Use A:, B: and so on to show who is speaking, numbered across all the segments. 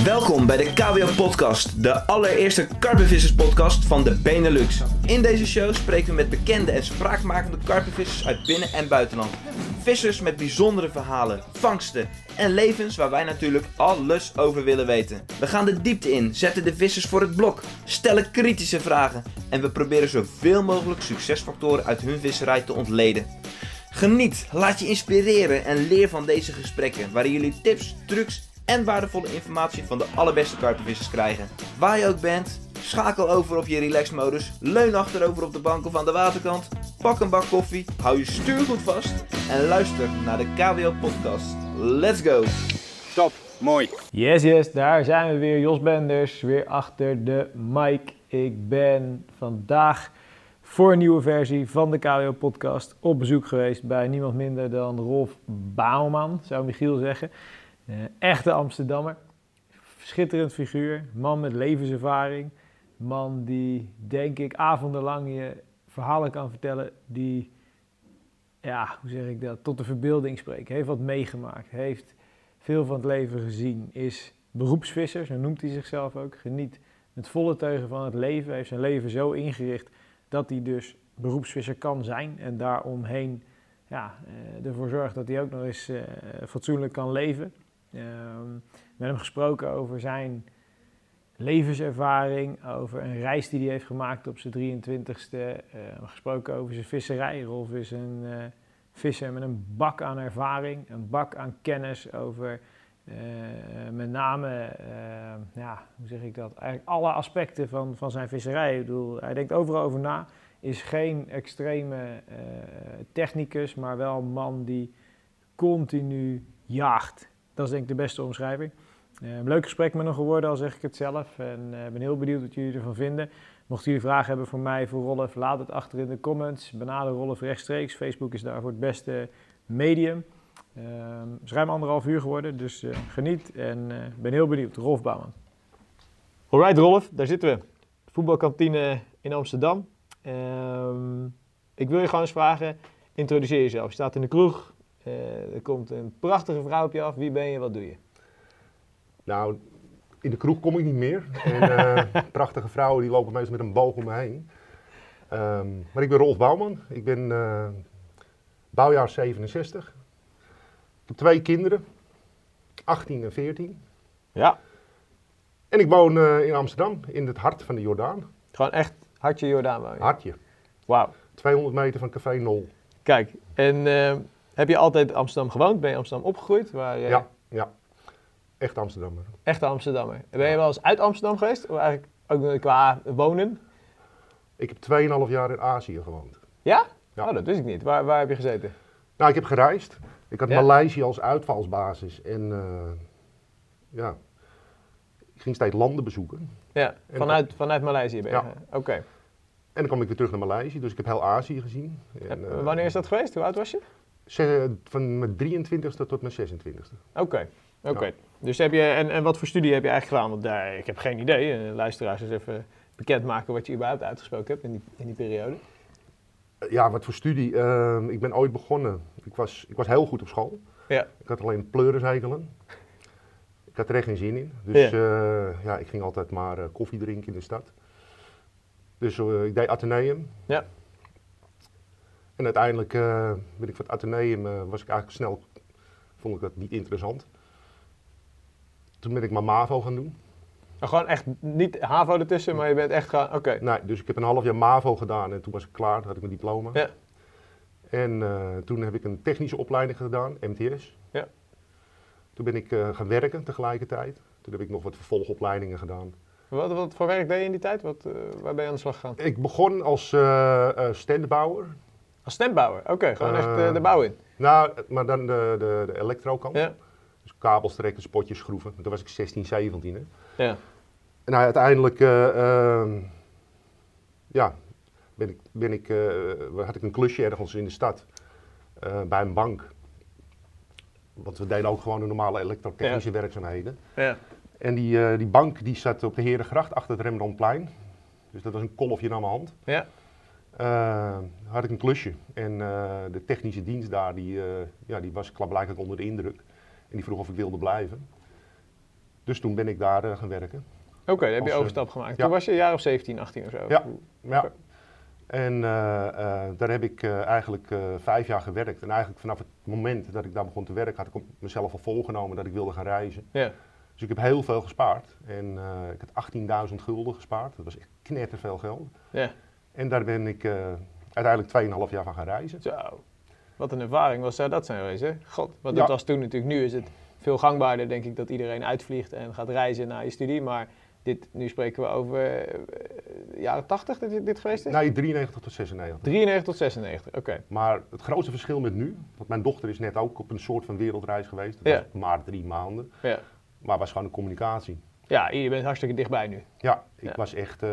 A: Welkom bij de KWO Podcast, de allereerste karpenvisserspodcast van de Benelux. In deze show spreken we met bekende en spraakmakende karpenvissers uit binnen- en buitenland. Vissers met bijzondere verhalen, vangsten en levens waar wij natuurlijk alles over willen weten. We gaan de diepte in, zetten de vissers voor het blok, stellen kritische vragen en we proberen zoveel mogelijk succesfactoren uit hun visserij te ontleden. Geniet, laat je inspireren en leer van deze gesprekken, waarin jullie tips, trucs en waardevolle informatie van de allerbeste karpenvissers krijgen. Waar je ook bent, schakel over op je relaxmodus, leun achterover op de bank of aan de waterkant, pak een bak koffie, hou je stuurgoed vast en luister naar de KWO Podcast. Let's go!
B: Top, mooi.
C: Yes, daar zijn we weer. Jos Benders, weer achter de mic. Ik ben vandaag voor een nieuwe versie van de KWO Podcast op bezoek geweest bij niemand minder dan Rolf Bouwman, zou Michiel zeggen. Echte Amsterdammer, schitterend figuur, man met levenservaring, man die, denk ik, avondenlang je verhalen kan vertellen die, ja, hoe zeg ik dat, tot de verbeelding spreken. Heeft wat meegemaakt, heeft veel van het leven gezien, is beroepsvisser, zo noemt hij zichzelf ook, geniet met volle teugen van het leven, heeft zijn leven zo ingericht dat hij dus beroepsvisser kan zijn en daaromheen ervoor zorgt dat hij ook nog eens fatsoenlijk kan leven. Met hem gesproken over zijn levenservaring, over een reis die hij heeft gemaakt op zijn 23ste. Gesproken over zijn visserij. Rolf is een visser met een bak aan ervaring, een bak aan kennis over met name, hoe zeg ik dat, eigenlijk alle aspecten van zijn visserij. Ik bedoel, hij denkt overal over na, is geen extreme technicus, maar wel een man die continu jaagt. Dat is denk ik de beste omschrijving. Leuk gesprek met hem geworden, al zeg ik het zelf. En ben heel benieuwd wat jullie ervan vinden. Mochten jullie vragen hebben voor mij, voor Rolf, laat het achter in de comments. Benader Rolf rechtstreeks. Facebook is daarvoor het beste medium. Het is ruim 1,5 uur geworden, dus geniet en ben heel benieuwd. Rolf Bouwman. Alright Rolf, daar zitten we. Voetbalkantine in Amsterdam. Ik wil je gewoon eens vragen, introduceer jezelf. Je staat in de kroeg. Er komt een prachtige vrouw op je af. Wie ben je, wat doe je?
B: Nou, in de kroeg kom ik niet meer. En prachtige vrouwen die lopen meestal met een boog om me heen. Maar ik ben Rolf Bouwman. Ik ben bouwjaar 67. Ik heb 2 kinderen. 18 en 14.
C: Ja.
B: En ik woon in Amsterdam, in het hart van de Jordaan.
C: Gewoon echt hartje Jordaan woon je?
B: Hartje.
C: Wauw.
B: 200 meter van Café Nol.
C: Kijk, en heb je altijd in Amsterdam gewoond? Ben je in Amsterdam opgegroeid?
B: Ja. Echt Amsterdammer.
C: Echte Amsterdammer. Ben je wel eens uit Amsterdam geweest? Of eigenlijk ook qua wonen?
B: Ik heb 2,5 jaar in Azië gewoond.
C: Ja?
B: Ja.
C: Oh, dat wist ik niet. Waar heb je gezeten?
B: Nou, ik heb gereisd. Ik had
C: Ja?
B: Maleisië als uitvalsbasis. En ik ging steeds landen bezoeken.
C: Ja, vanuit Maleisië ben je.
B: Ja.
C: Oké.
B: En dan kwam ik weer terug naar Maleisië, dus ik heb heel Azië gezien. En,
C: Wanneer is dat geweest? Hoe oud was je?
B: Van mijn 23ste tot mijn 26ste.
C: Oké.
B: Ja.
C: Dus heb je, en wat voor studie heb je eigenlijk gedaan? Want ik heb geen idee. Luisteraars eens even bekendmaken wat je überhaupt uitgesproken hebt in die periode.
B: Ja, wat voor studie? Ik ben ooit begonnen. Ik was heel goed op school.
C: Ja.
B: Ik had alleen pleurenshekelen. Ik had er echt geen zin in. Dus ik ging altijd maar koffie drinken in de stad. Dus ik deed Atheneum.
C: Ja.
B: En uiteindelijk ben ik van het Atheneum, was ik eigenlijk snel, vond ik dat niet interessant. Toen ben ik maar MAVO gaan doen.
C: Gewoon echt niet HAVO ertussen, maar je bent echt gaan, oké.
B: Nee, dus ik heb een half jaar MAVO gedaan en toen was ik klaar, toen had ik mijn diploma.
C: Ja.
B: En toen heb ik een technische opleiding gedaan, MTS.
C: Ja.
B: Toen ben ik gaan werken tegelijkertijd. Toen heb ik nog wat vervolgopleidingen gedaan.
C: Wat voor werk deed je in die tijd? Waar ben je aan de slag gegaan?
B: Ik begon als standbouwer.
C: Als standbouwer? Oké, gewoon echt de bouw in.
B: Nou, maar dan de elektrokant.
C: Ja.
B: Dus kabels trekken, spotjes schroeven. Toen was ik 16, 17. Hè.
C: Ja.
B: En uiteindelijk had ik een klusje ergens in de stad bij een bank. Want we deden ook gewoon de normale elektrotechnische werkzaamheden.
C: Ja.
B: En die bank die zat op de Herengracht achter het Rembrandtplein. Dus dat was een kolfje naar mijn hand.
C: Ja.
B: Had ik een klusje. En de technische dienst daar, die was klaarblijkelijk onder de indruk. En die vroeg of ik wilde blijven. Dus toen ben ik daar gaan werken.
C: Oké, dan heb je
B: Als,
C: overstap gemaakt.
B: ja.
C: Toen was je een jaar of 17, 18 of zo?
B: Ja. Ja.
C: Oké.
B: En daar heb ik eigenlijk 5 jaar gewerkt. En eigenlijk vanaf het moment dat ik daar begon te werken, had ik mezelf al volgenomen dat ik wilde gaan reizen.
C: Ja.
B: Dus ik heb heel veel gespaard. En ik had 18.000 gulden gespaard. Dat was echt knetterveel geld.
C: Ja.
B: En daar ben ik uiteindelijk 2,5 jaar van gaan reizen.
C: Zo. Wat een ervaring was zou dat zijn geweest, hè? God, want
B: Ja.
C: dat was toen natuurlijk. Nu is het veel gangbaarder, denk ik, dat iedereen uitvliegt en gaat reizen naar je studie. Maar nu spreken we over jaren 80 dat dit geweest is?
B: Nee, 93 tot 96.
C: 93 tot 96, oké.
B: Maar het grootste verschil met nu, want mijn dochter is net ook op een soort van wereldreis geweest. Dat was maar 3 maanden.
C: Ja.
B: Maar was gewoon een communicatie.
C: Ja, je bent hartstikke dichtbij nu.
B: Ja, ik
C: Ja.
B: was echt...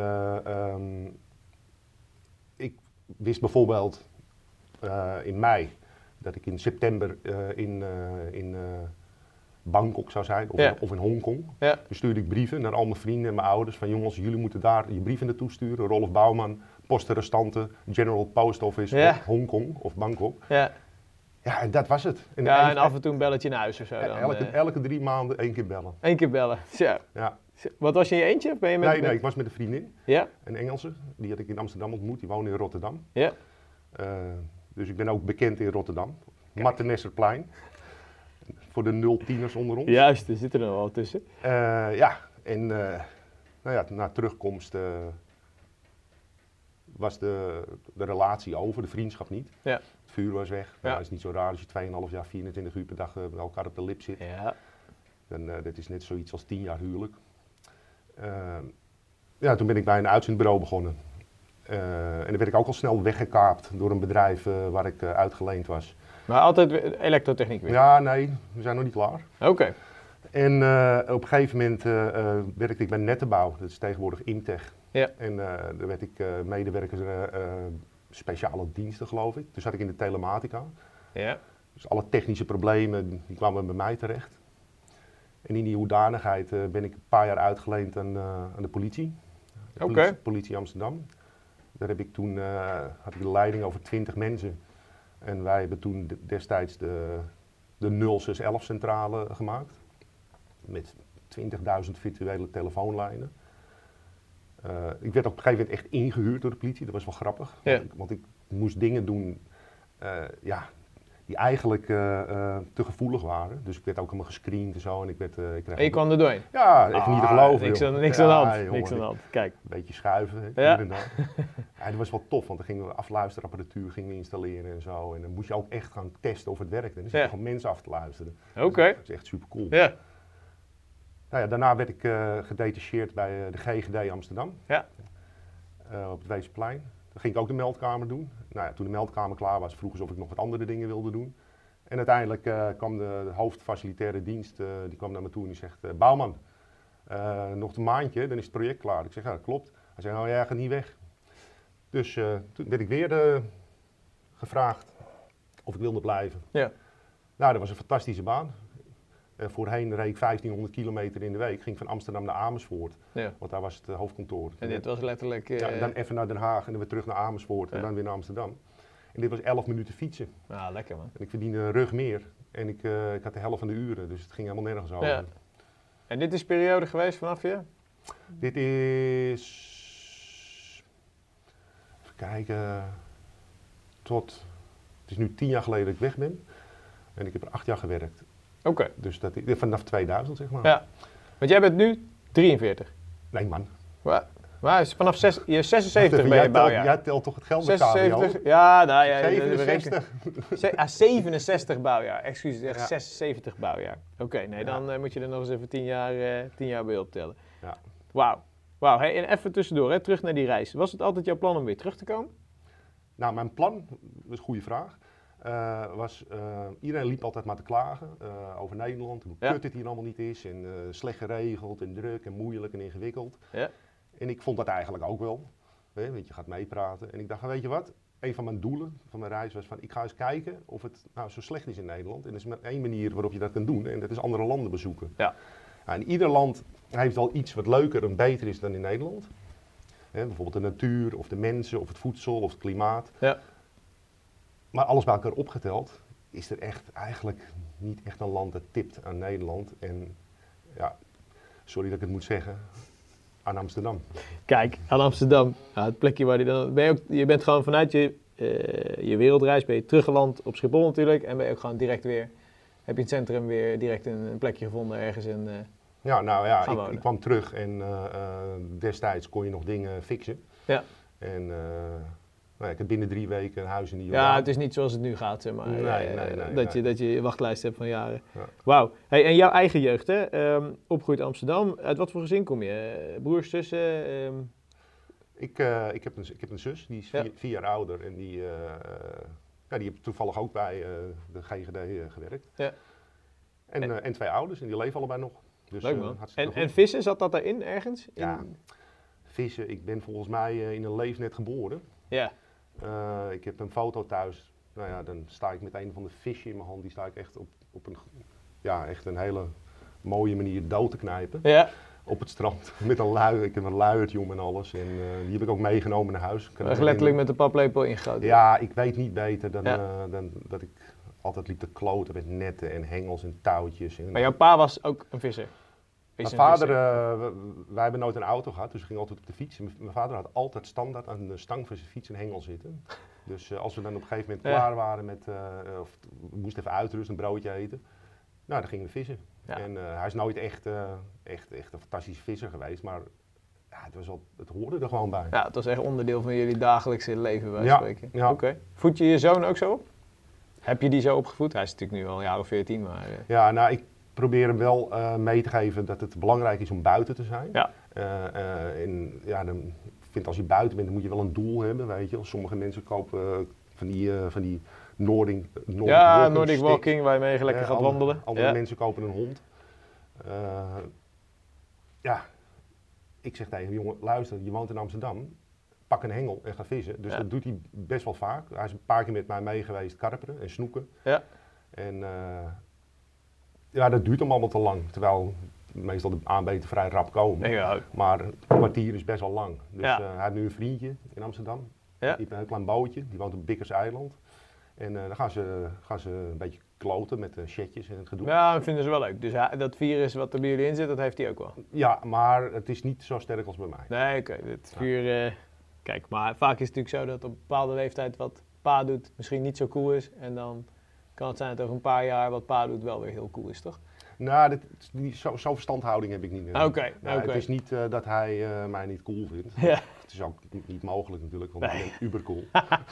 B: ik wist bijvoorbeeld in mei dat ik in september in Bangkok zou zijn, of in Hongkong.
C: Ja.
B: Dan stuurde ik brieven naar al mijn vrienden en mijn ouders van jongens, jullie moeten daar je brieven naartoe sturen. Rolf Bouwman, postenrestanten, General Post Office,
C: Ja.
B: of Hongkong of Bangkok.
C: Ja.
B: Ja, en dat was het. En
C: Ja, en af en toe een belletje naar huis of zo dan.
B: elke 3 maanden 1 keer bellen.
C: 1 keer bellen. Zo.
B: Ja.
C: Wat was je in je eentje? Of ben je met
B: Nee, ik was met een vriendin,
C: Ja?
B: een Engelse, die had ik in Amsterdam ontmoet, die woonde in Rotterdam.
C: Ja.
B: Dus ik ben ook bekend in Rotterdam. Martenesserplein. Voor de 0-10'ers onder ons.
C: Juist, er zitten er nog wel tussen.
B: Na terugkomst was de relatie over, de vriendschap niet.
C: Ja.
B: Het vuur was weg.
C: Ja.
B: Dat is niet zo raar als je 2,5 jaar, 24 uur per dag met elkaar op de lip zit.
C: Ja.
B: Dat is net zoiets als 10 jaar huwelijk. Toen ben ik bij een uitzendbureau begonnen. En dan werd ik ook al snel weggekaapt door een bedrijf waar ik uitgeleend was.
C: Maar altijd elektrotechniek weer?
B: Ja, nee, we zijn nog niet klaar.
C: Oké.
B: En op een gegeven moment werkte ik bij Nettenbouw, dat is tegenwoordig Imtech.
C: Ja.
B: En daar werd ik medewerker speciale diensten, geloof ik. Toen zat ik in de telematica.
C: Ja.
B: Dus alle technische problemen die kwamen bij mij terecht. En in die hoedanigheid ben ik een paar jaar uitgeleend aan de politie.
C: Oké.
B: Politie Amsterdam. Daar heb ik toen, had ik de leiding over 20 mensen. En wij hebben toen destijds de 0611 centrale gemaakt. Met 20.000 virtuele telefoonlijnen. Ik werd op een gegeven moment echt ingehuurd door de politie. Dat was wel grappig.
C: Ja.
B: Want ik moest dingen doen die eigenlijk te gevoelig waren. Dus ik werd ook helemaal gescreend en zo. En ik kreeg
C: En je kwam er doorheen?
B: Ja, echt niet te geloven.
C: Niks
B: joh.
C: aan de hand.
B: jongen,
C: Niks aan de hand. Kijk.
B: Een beetje schuiven,
C: Ja.
B: hier en daar. Ja, dat was wel tof, want dan gingen we afluisterapparatuur gingen we installeren en zo. En dan moest je ook echt gaan testen of het werkte. En dan zit je gewoon mensen af te luisteren.
C: Oké.
B: Dus dat is echt super cool.
C: Ja.
B: Nou ja, daarna werd ik gedetacheerd bij de GGD Amsterdam.
C: Ja.
B: Op het Weesperplein. Dan ging ik ook de meldkamer doen. Nou ja, toen de meldkamer klaar was, vroegen ze of ik nog wat andere dingen wilde doen. En uiteindelijk kwam de hoofdfacilitaire dienst, die kwam naar me toe en die zegt, Bouwman, nog een maandje, dan is het project klaar. Ik zeg, ja, dat klopt. Hij zei, oh ja, ga niet weg. Dus toen werd ik weer gevraagd of ik wilde blijven.
C: Ja.
B: Nou, dat was een fantastische baan. Voorheen reed ik 1500 kilometer in de week. Ging van Amsterdam naar Amersfoort,
C: Ja.
B: want daar was het hoofdkantoor.
C: En dit was letterlijk...
B: Ja, en dan even naar Den Haag en dan weer terug naar Amersfoort en dan weer naar Amsterdam. En dit was 11 minuten fietsen.
C: Ah, lekker man.
B: En ik verdiende een rug meer. En ik had de helft van de uren, dus het ging helemaal nergens over.
C: Ja. En dit is periode geweest vanaf je?
B: Dit is... Even kijken... Het is nu 10 jaar geleden dat ik weg ben. En ik heb er 8 jaar gewerkt.
C: Oké.
B: Dus dat is vanaf 2000, zeg maar.
C: Ja. Want jij bent nu 43.
B: Nee, man.
C: Maar vanaf je 76 ben je bouwjaar.
B: Jij telt toch het geld met KBO?
C: 76? Ja, nou ja.
B: 67.
C: 67 bouwjaar. Excuus,
B: Ja.
C: 76 bouwjaar. Oké, nee,
B: Ja.
C: dan moet je er nog eens even 10 jaar bij optellen.
B: Ja.
C: Wauw. Wauw, hey, en even tussendoor, hè, terug naar die reis. Was het altijd jouw plan om weer terug te komen?
B: Nou, mijn plan, dat is een goede vraag, iedereen liep altijd maar te klagen over Nederland, hoe
C: Ja.
B: kut het hier allemaal niet is en slecht geregeld en druk en moeilijk en ingewikkeld.
C: Ja.
B: En ik vond dat eigenlijk ook wel, hè, want je gaat meepraten. En ik dacht, weet je wat, een van mijn doelen van mijn reis was van, ik ga eens kijken of het nou zo slecht is in Nederland. En er is maar één manier waarop je dat kan doen en dat is andere landen bezoeken.
C: Ja.
B: Nou, en ieder land heeft wel iets wat leuker en beter is dan in Nederland. Hè, bijvoorbeeld de natuur, of de mensen, of het voedsel, of het klimaat.
C: Ja.
B: Maar alles bij elkaar opgeteld is er echt eigenlijk niet echt een land dat tipt aan Nederland. En ja, sorry dat ik het moet zeggen, aan Amsterdam.
C: Kijk, aan Amsterdam. Ja, het plekje waar je bent gewoon vanuit je wereldreis ben je teruggeland op Schiphol natuurlijk. En ben je ook gewoon direct weer, heb je in het centrum weer direct een plekje gevonden ergens in
B: Ja, nou ja,
C: gaan wonen.
B: ik kwam terug en destijds kon je nog dingen fixen.
C: Ja.
B: En nou ja, ik heb binnen 3 weken een huis in de
C: Ja,
B: Jordaan.
C: het is niet zoals het nu gaat, zeg maar.
B: Nee.
C: Dat je wachtlijst hebt van jaren.
B: Ja.
C: Wauw. Hey, en jouw eigen jeugd, hè? Opgegroeid in Amsterdam. Uit wat voor gezin kom je? Broers, zussen?
B: Ik heb een zus, die is 4 jaar ouder en die heeft toevallig ook bij de GGD gewerkt.
C: Ja.
B: En 2 ouders en die leven allebei nog. Dus,
C: Leuk man.
B: hartstikke goed.
C: En vissen, zat dat daarin ergens?
B: Ja, vissen. Ik ben volgens mij in een leefnet geboren.
C: Ja.
B: Ik heb een foto thuis. Nou ja, dan sta ik met een van de visjes in mijn hand. Die sta ik echt op echt een hele mooie manier dood te knijpen.
C: Ja.
B: Op het strand. Met een luier. Ik heb een luiertje om en alles. En die heb ik ook meegenomen naar huis.
C: Echt letterlijk met de paplepel ingegoten.
B: Ja, ik weet niet beter dan dat ik altijd liep te kloten met netten en hengels en touwtjes. En
C: Maar jouw pa was ook een visser?
B: Mijn vader, wij hebben nooit een auto gehad, dus we gingen altijd op de fiets. Mijn vader had altijd standaard aan de stang van zijn fiets een hengel zitten. Dus als we dan op een gegeven moment klaar waren met, of we moesten even uitrusten, een broodje eten, nou dan gingen we vissen. Ja. En hij is nooit echt een fantastische visser geweest, maar ja, het hoorde er gewoon bij.
C: Ja, het was echt onderdeel van jullie dagelijkse leven bij spreken.
B: Ja.
C: Oké. Voed je je zoon ook zo op? Heb je die zo opgevoed? Hij is natuurlijk nu al een jaar of 14, maar...
B: Ja, nou ik probeer hem wel mee te geven dat het belangrijk is om buiten te zijn.
C: Ja.
B: Dan vind als je buiten bent, dan moet je wel een doel hebben, weet je. Sommige mensen kopen van die Nordic
C: walking, waar je mee lekker gaat wandelen.
B: Andere mensen kopen een hond. Ik zeg tegen hem, jongen, luister, je woont in Amsterdam, pak een hengel en ga vissen. Dus dat doet hij best wel vaak. Hij is een paar keer met mij mee geweest karperen en snoeken. Ja. En dat duurt hem allemaal te lang, terwijl meestal de aanbeten vrij rap komen. Ja. Maar een kwartier is best wel lang. Dus hij heeft nu een vriendje in Amsterdam. Ja. Die heeft een heel klein bootje, die woont op Bikkers Eiland. En dan gaan ze een beetje kloten met de chatjes en het gedoe.
C: Ja, dat vinden ze wel leuk. Dus dat virus wat er bij jullie in zit, dat heeft hij ook wel.
B: Ja, maar het is niet zo sterk als bij mij.
C: Nee, oké. Het vuur... Kijk, maar vaak is het natuurlijk zo dat op een bepaalde leeftijd wat pa doet misschien niet zo cool is. En dan kan het zijn dat over een paar jaar wat pa doet wel weer heel cool is, toch?
B: Nou, zo'n verstandhouding heb ik niet meer.
C: Oké.
B: Het is niet dat hij mij niet cool vindt. Ja. Het is ook niet mogelijk natuurlijk, want ik ben ubercool.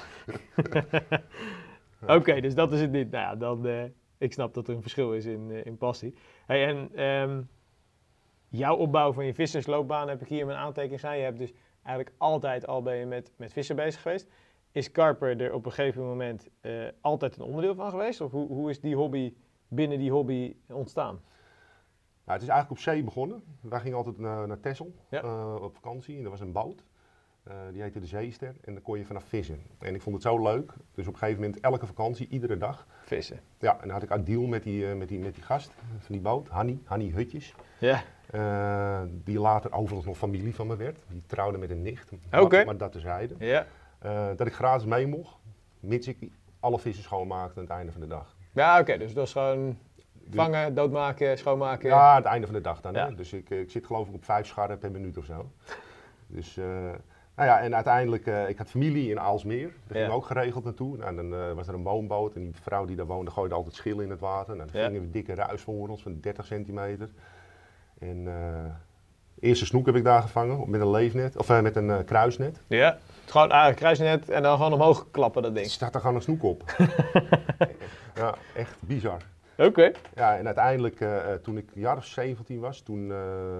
C: Oké, dus dat is het niet. Nou ja, dan, ik snap dat er een verschil is in passie. Hey, en jouw opbouw van je vissersloopbaan heb ik hier in mijn aantekening staan. Je hebt dus eigenlijk altijd al ben je met vissen bezig geweest. Is karper er op een gegeven moment altijd een onderdeel van geweest? Of hoe is die hobby binnen die hobby ontstaan?
B: Nou, het is eigenlijk op zee begonnen. Wij gingen altijd naar Texel op vakantie en er was een boot. Die heette de Zeester en daar kon je vanaf vissen. En ik vond het zo leuk, dus op een gegeven moment elke vakantie, iedere dag.
C: Vissen?
B: Ja, en dan had ik een deal met die gast van die boot, Hanny Hutjes. Ja. Die later overigens nog familie van me werd. Die trouwde met een nicht, maar dat terzijde. Ja. Dat ik gratis mee mocht, mits ik alle vissen schoonmaakte aan het einde van de dag.
C: Ja, oké, dus dat is gewoon vangen, doodmaken, schoonmaken.
B: Ja, aan het einde van de dag dan. Ja. Hè? Dus ik zit geloof ik op 5 scharren per minuut of zo. Dus, en uiteindelijk, ik had familie in Aalsmeer, daar gingen we ook geregeld naartoe. Nou, dan was er een woonboot en die vrouw die daar woonde gooide altijd schillen in het water. Nou, dan gingen we dikke ruis voor ons van 30 centimeter. En eerste snoek heb ik daar gevangen met een leefnet, of met een kruisnet. Ja,
C: gewoon een kruisnet en dan gewoon omhoog klappen dat ding.
B: Er staat er gewoon een snoek op. Ja, echt bizar.
C: Oké.
B: Ja, en uiteindelijk, toen ik een jaar of 17 was, toen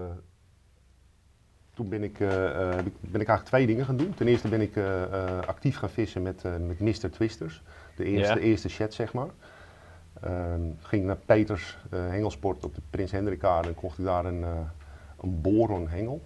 B: ben ik eigenlijk 2 dingen gaan doen. Ten eerste ben ik actief gaan vissen met Mr. Twisters, de eerste chat zeg maar. Ging naar Peters Hengelsport op de Prins Hendrikkade en kocht ik daar een boron hengel.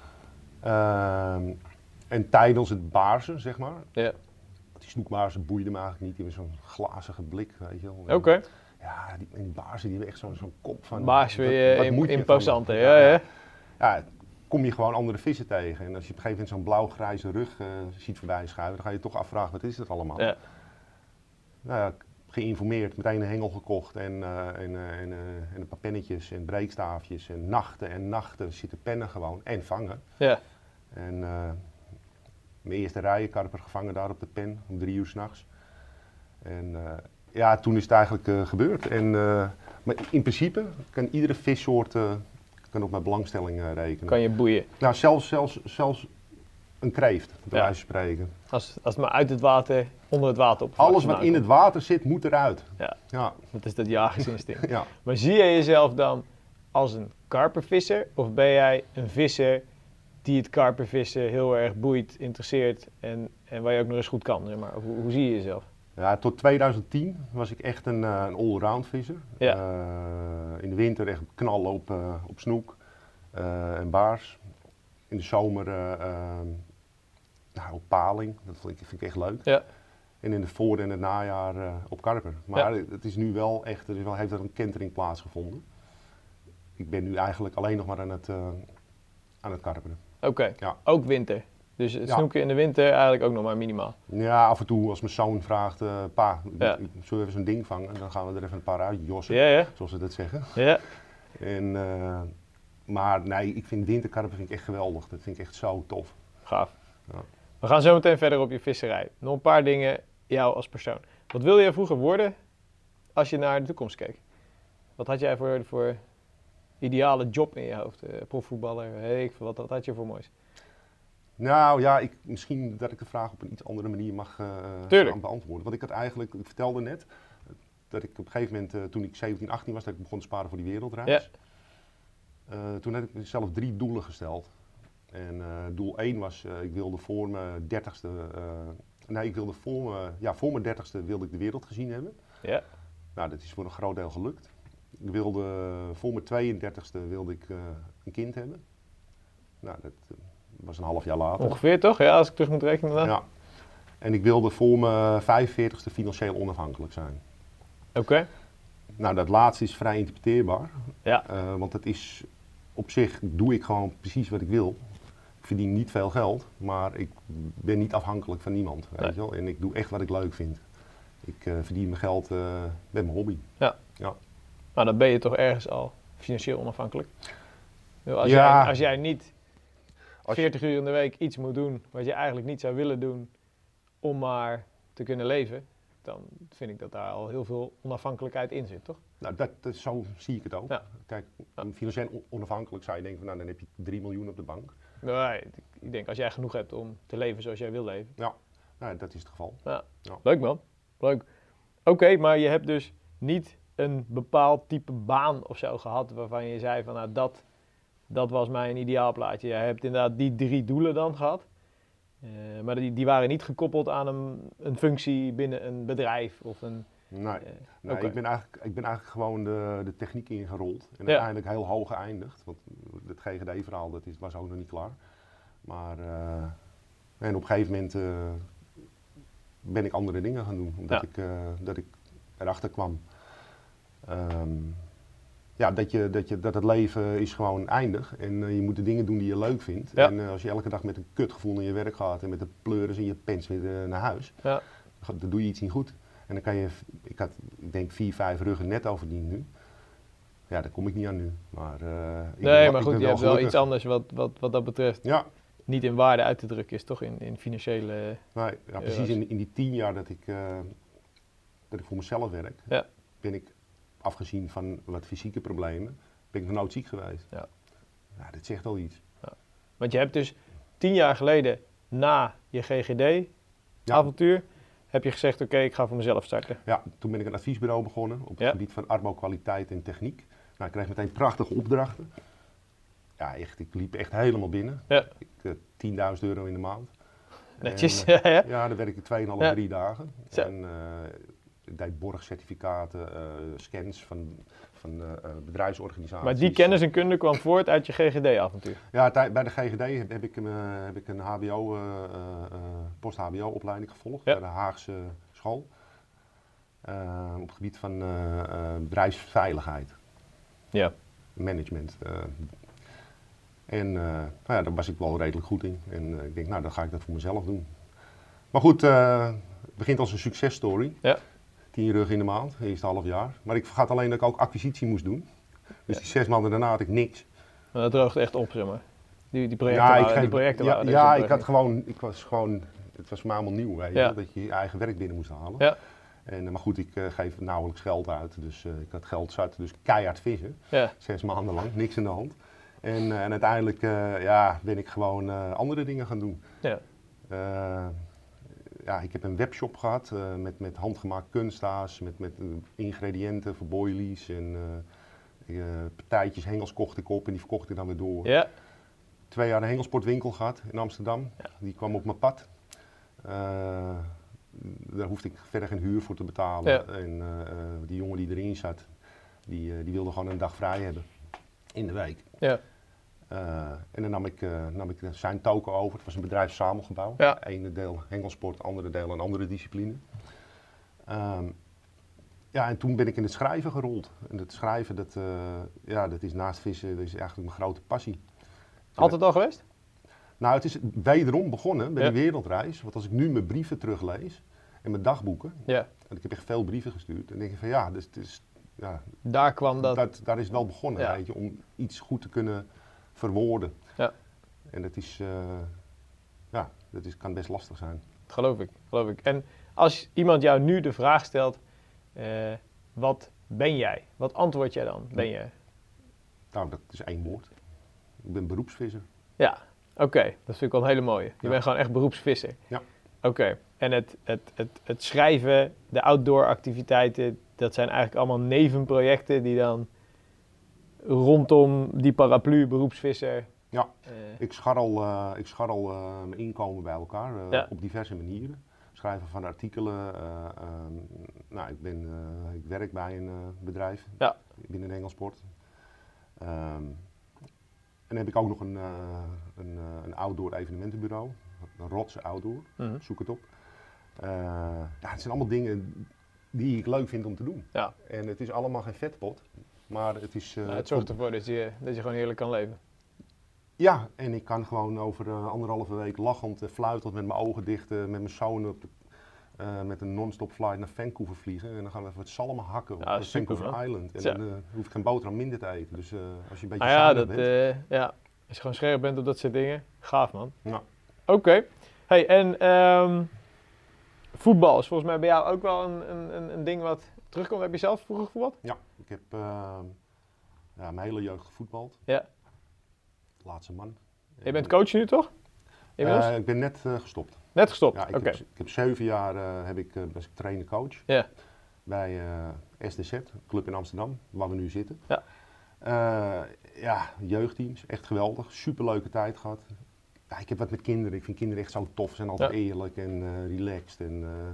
B: En tijdens het baarsen zeg maar. Ja. Die snoekbaarsen boeiden me eigenlijk niet, die hebben zo'n glazige blik, weet je wel.
C: Oké.
B: Ja, die baarsen die hebben echt zo'n kop van...
C: Baars weer imposante, ja.
B: Ja, kom je gewoon andere vissen tegen. En als je op een gegeven moment zo'n blauw-grijze rug ziet voorbij schuiven, dan ga je toch afvragen, wat is dat allemaal? Ja. Nou ja, op een geïnformeerd, meteen een hengel gekocht en een paar pennetjes en breekstaafjes en nachten zitten pennen gewoon en vangen.
C: Ja.
B: En mijn eerste rijenkarper gevangen daar op de pen om 3 uur 's nachts. En ja, toen is het eigenlijk gebeurd. En, maar in principe kan iedere vissoort kan op mijn belangstelling rekenen.
C: Kan je boeien.
B: Nou, zelfs een kreeft, bij wijze van spreken.
C: Als het maar uit het water, onder het water op.
B: Alles wat in het water zit, moet eruit.
C: Ja. Dat is dat jagersinstinct.
B: Ja.
C: Maar zie jij jezelf dan als een karpervisser? Of ben jij een visser die het karpervissen heel erg boeit, interesseert en waar je ook nog eens goed kan? Zeg maar. Hoe zie je jezelf?
B: Ja, tot 2010 was ik echt een allround visser.
C: Ja.
B: In de winter echt knallen op snoek en baars. In de zomer op paling, dat vind ik echt leuk.
C: Ja.
B: En in het voor- en het najaar op karper. Maar het is nu wel echt, heeft er een kentering plaatsgevonden. Ik ben nu eigenlijk alleen nog maar aan het karperen.
C: Oké,
B: Ja.
C: ook winter. Dus het snoeken in de winter eigenlijk ook nog maar minimaal.
B: Ja, af en toe als mijn zoon vraagt, pa, zullen we even zo'n ding vangen? Dan gaan we er even een paar uitjossen, zoals ze dat zeggen.
C: Ja.
B: En, maar nee, ik vind winterkarpen echt geweldig. Dat vind ik echt zo tof.
C: Gaaf.
B: Ja.
C: We gaan zo meteen verder op je visserij. Nog een paar dingen, jou als persoon. Wat wilde jij vroeger worden als je naar de toekomst keek? Wat had jij voor ideale job in je hoofd? Profvoetballer, wat had je voor moois?
B: Nou ja, misschien dat ik de vraag op een iets andere manier mag gaan beantwoorden. Want ik vertelde net dat ik op een gegeven moment, toen ik 17, 18 was, dat ik begon te sparen voor die wereldreis. Ja. Toen heb ik mezelf 3 doelen gesteld. En doel 1 was, ik wilde voor mijn 30ste, voor mijn 30ste wilde ik de wereld gezien hebben.
C: Ja.
B: Nou, dat is voor een groot deel gelukt. Ik wilde, voor mijn 32ste wilde ik een kind hebben. Nou, dat was een half jaar later.
C: Ongeveer toch? Ja, als ik terug moet rekenen dan.
B: Ja. En ik wilde voor mijn 45ste financieel onafhankelijk zijn.
C: Oké.
B: Nou, dat laatste is vrij interpreteerbaar.
C: Ja.
B: Want het is, op zich doe ik gewoon precies wat ik wil. Ik verdien niet veel geld, maar ik ben niet afhankelijk van niemand. Weet je wel? En ik doe echt wat ik leuk vind. Ik verdien mijn geld met mijn hobby.
C: Ja. Maar dan ben je toch ergens al financieel onafhankelijk? Als jij niet 40 uur in de week iets moet doen wat je eigenlijk niet zou willen doen om maar te kunnen leven, dan vind ik dat daar al heel veel onafhankelijkheid in zit, toch?
B: Nou, zo zie ik het ook. Ja. Kijk, financieel onafhankelijk zou je denken van, nou, dan heb je 3 miljoen op de bank.
C: Nee, ik denk als jij genoeg hebt om te leven zoals jij wil leven.
B: Ja, nou, dat is het geval.
C: Ja. Leuk man, leuk. Oké, maar je hebt dus niet een bepaald type baan of zo gehad waarvan je zei van, nou, dat was mijn ideaalplaatje. Jij hebt inderdaad die 3 doelen dan gehad. Maar die waren niet gekoppeld aan een functie binnen een bedrijf of een...
B: Nee, okay. ik ben eigenlijk gewoon de techniek ingerold. En uiteindelijk heel hoog geëindigd. Want het GGD-verhaal was ook nog niet klaar. Maar en op een gegeven moment ben ik andere dingen gaan doen. Omdat dat ik erachter kwam. Dat het leven is gewoon eindig en je moet de dingen doen die je leuk vindt. Ja. En als je elke dag met een kutgevoel naar je werk gaat en met de pleuris in je pens weer naar huis, dan doe je iets niet goed. En dan kan je, ik denk 4, 5 ruggen netto verdiend nu. Ja, daar kom ik niet aan nu. Maar,
C: maar goed, je hebt wel iets anders wat dat betreft niet in waarde uit te drukken is, toch? In financiële...
B: Nee, precies in die 10 jaar dat ik voor mezelf werk, ben ik, afgezien van wat fysieke problemen, ben ik nog nooit ziek geweest. Ja. Nou, dat zegt al iets.
C: Ja. Want je hebt dus 10 jaar geleden, na je GGD-avontuur, heb je gezegd, oké, ik ga voor mezelf starten.
B: Ja, toen ben ik een adviesbureau begonnen op het gebied van arbo-kwaliteit en techniek. Nou, ik kreeg meteen prachtige opdrachten. Ja, echt, ik liep echt helemaal binnen. Ja. €10.000 in de maand.
C: Netjes,
B: en, ja, dan werkte ik 2,5, 3 dagen. Zo. En ik deed borgcertificaten, scans van bedrijfsorganisaties.
C: Maar die kennis en kunde kwam voort uit je GGD-avontuur?
B: Ja, bij de GGD heb ik een post-HBO-opleiding gevolgd bij de Haagse school. Op het gebied van bedrijfsveiligheid. Ja. Management. Daar was ik wel redelijk goed in. En ik denk, nou, dan ga ik dat voor mezelf doen. Maar goed, het begint als een successtory. Ja. 10 rug in de maand, het eerste half jaar. Maar ik vergat alleen dat ik ook acquisitie moest doen. Dus die 6 maanden daarna had ik niks.
C: Maar dat droogt echt op, zeg maar. Die projecten waren...
B: Het was voor mij allemaal nieuw, weet je, dat je je eigen werk binnen moest halen.
C: Ja.
B: Maar goed, ik geef nauwelijks geld uit, dus ik had geld zat, dus keihard vissen.
C: Ja.
B: 6 maanden lang, niks in de hand. En uiteindelijk ben ik gewoon andere dingen gaan doen.
C: Ja.
B: Ik heb een webshop gehad met handgemaakt kunsthaas, met ingrediënten voor boilies en partijtjes hengels kocht ik op en die verkocht ik dan weer door.
C: Ja.
B: 2 jaar een hengelsportwinkel gehad in Amsterdam, die kwam op mijn pad. Daar hoefde ik verder geen huur voor te betalen.
C: Ja.
B: En die jongen die erin zat, die wilde gewoon een dag vrij hebben in de week.
C: Ja.
B: En dan nam ik zijn token over. Het was een bedrijfssamengebouw.
C: Ja.
B: Ene deel hengelsport, andere deel een andere discipline. En toen ben ik in het schrijven gerold. En het schrijven, dat is naast vissen, dat is eigenlijk mijn grote passie.
C: Altijd al geweest?
B: Nou, het is wederom begonnen bij die wereldreis. Want als ik nu mijn brieven teruglees en mijn dagboeken, en ik heb echt veel brieven gestuurd, dan denk ik van dus het is,
C: daar kwam dat.
B: Daar is het wel begonnen, weet je, om iets goed te kunnen verwoorden.
C: Ja.
B: En dat kan best lastig zijn.
C: Geloof ik. En als iemand jou nu de vraag stelt, wat ben jij? Wat antwoord jij dan? Ben je?
B: Nou, dat is 1 woord. Ik ben beroepsvisser.
C: Ja, oké. Dat vind ik wel een hele mooie. Je bent gewoon echt beroepsvisser.
B: Ja.
C: Oké. En het schrijven, de outdoor activiteiten, dat zijn eigenlijk allemaal nevenprojecten die dan rondom die paraplu beroepsvisser...
B: Ja, ik scharrel mijn inkomen bij elkaar op diverse manieren. Schrijven van artikelen. Ik werk bij een bedrijf binnen de hengelsport. En dan heb ik ook nog een outdoor evenementenbureau. Een Rots Outdoor, zoek het op. Het zijn allemaal dingen die ik leuk vind om te doen. Ja. En het is allemaal geen vetpot. Maar het is...
C: het zorgt ervoor dat je gewoon heerlijk kan leven.
B: Ja, en ik kan gewoon over 1,5 week lachend, fluitend met mijn ogen dicht, met mijn zoon met een non-stop flight naar Vancouver vliegen. En dan gaan we even wat zalmen hakken op Vancouver Island. En dan hoef ik geen boterham minder te eten. Dus als je een beetje zuinig bent...
C: als je gewoon scherp bent op dat soort dingen, gaaf man.
B: Ja.
C: Oké. Hey, en voetbal is volgens mij bij jou ook wel een ding wat terugkomt. Heb je zelf vroeger gevoetbald?
B: Ja, ik heb mijn hele jeugd gevoetbald.
C: Ja.
B: Laatste man.
C: Je bent coach nu toch?
B: Ik ben net gestopt.
C: Net gestopt?
B: Ja, ik heb 7 jaar was ik trainer-coach bij SDZ, een club in Amsterdam, waar we nu zitten. Ja. Jeugdteams, echt geweldig, superleuke tijd gehad. Ja, ik heb wat met kinderen, ik vind kinderen echt zo tof, ze zijn altijd eerlijk en relaxed.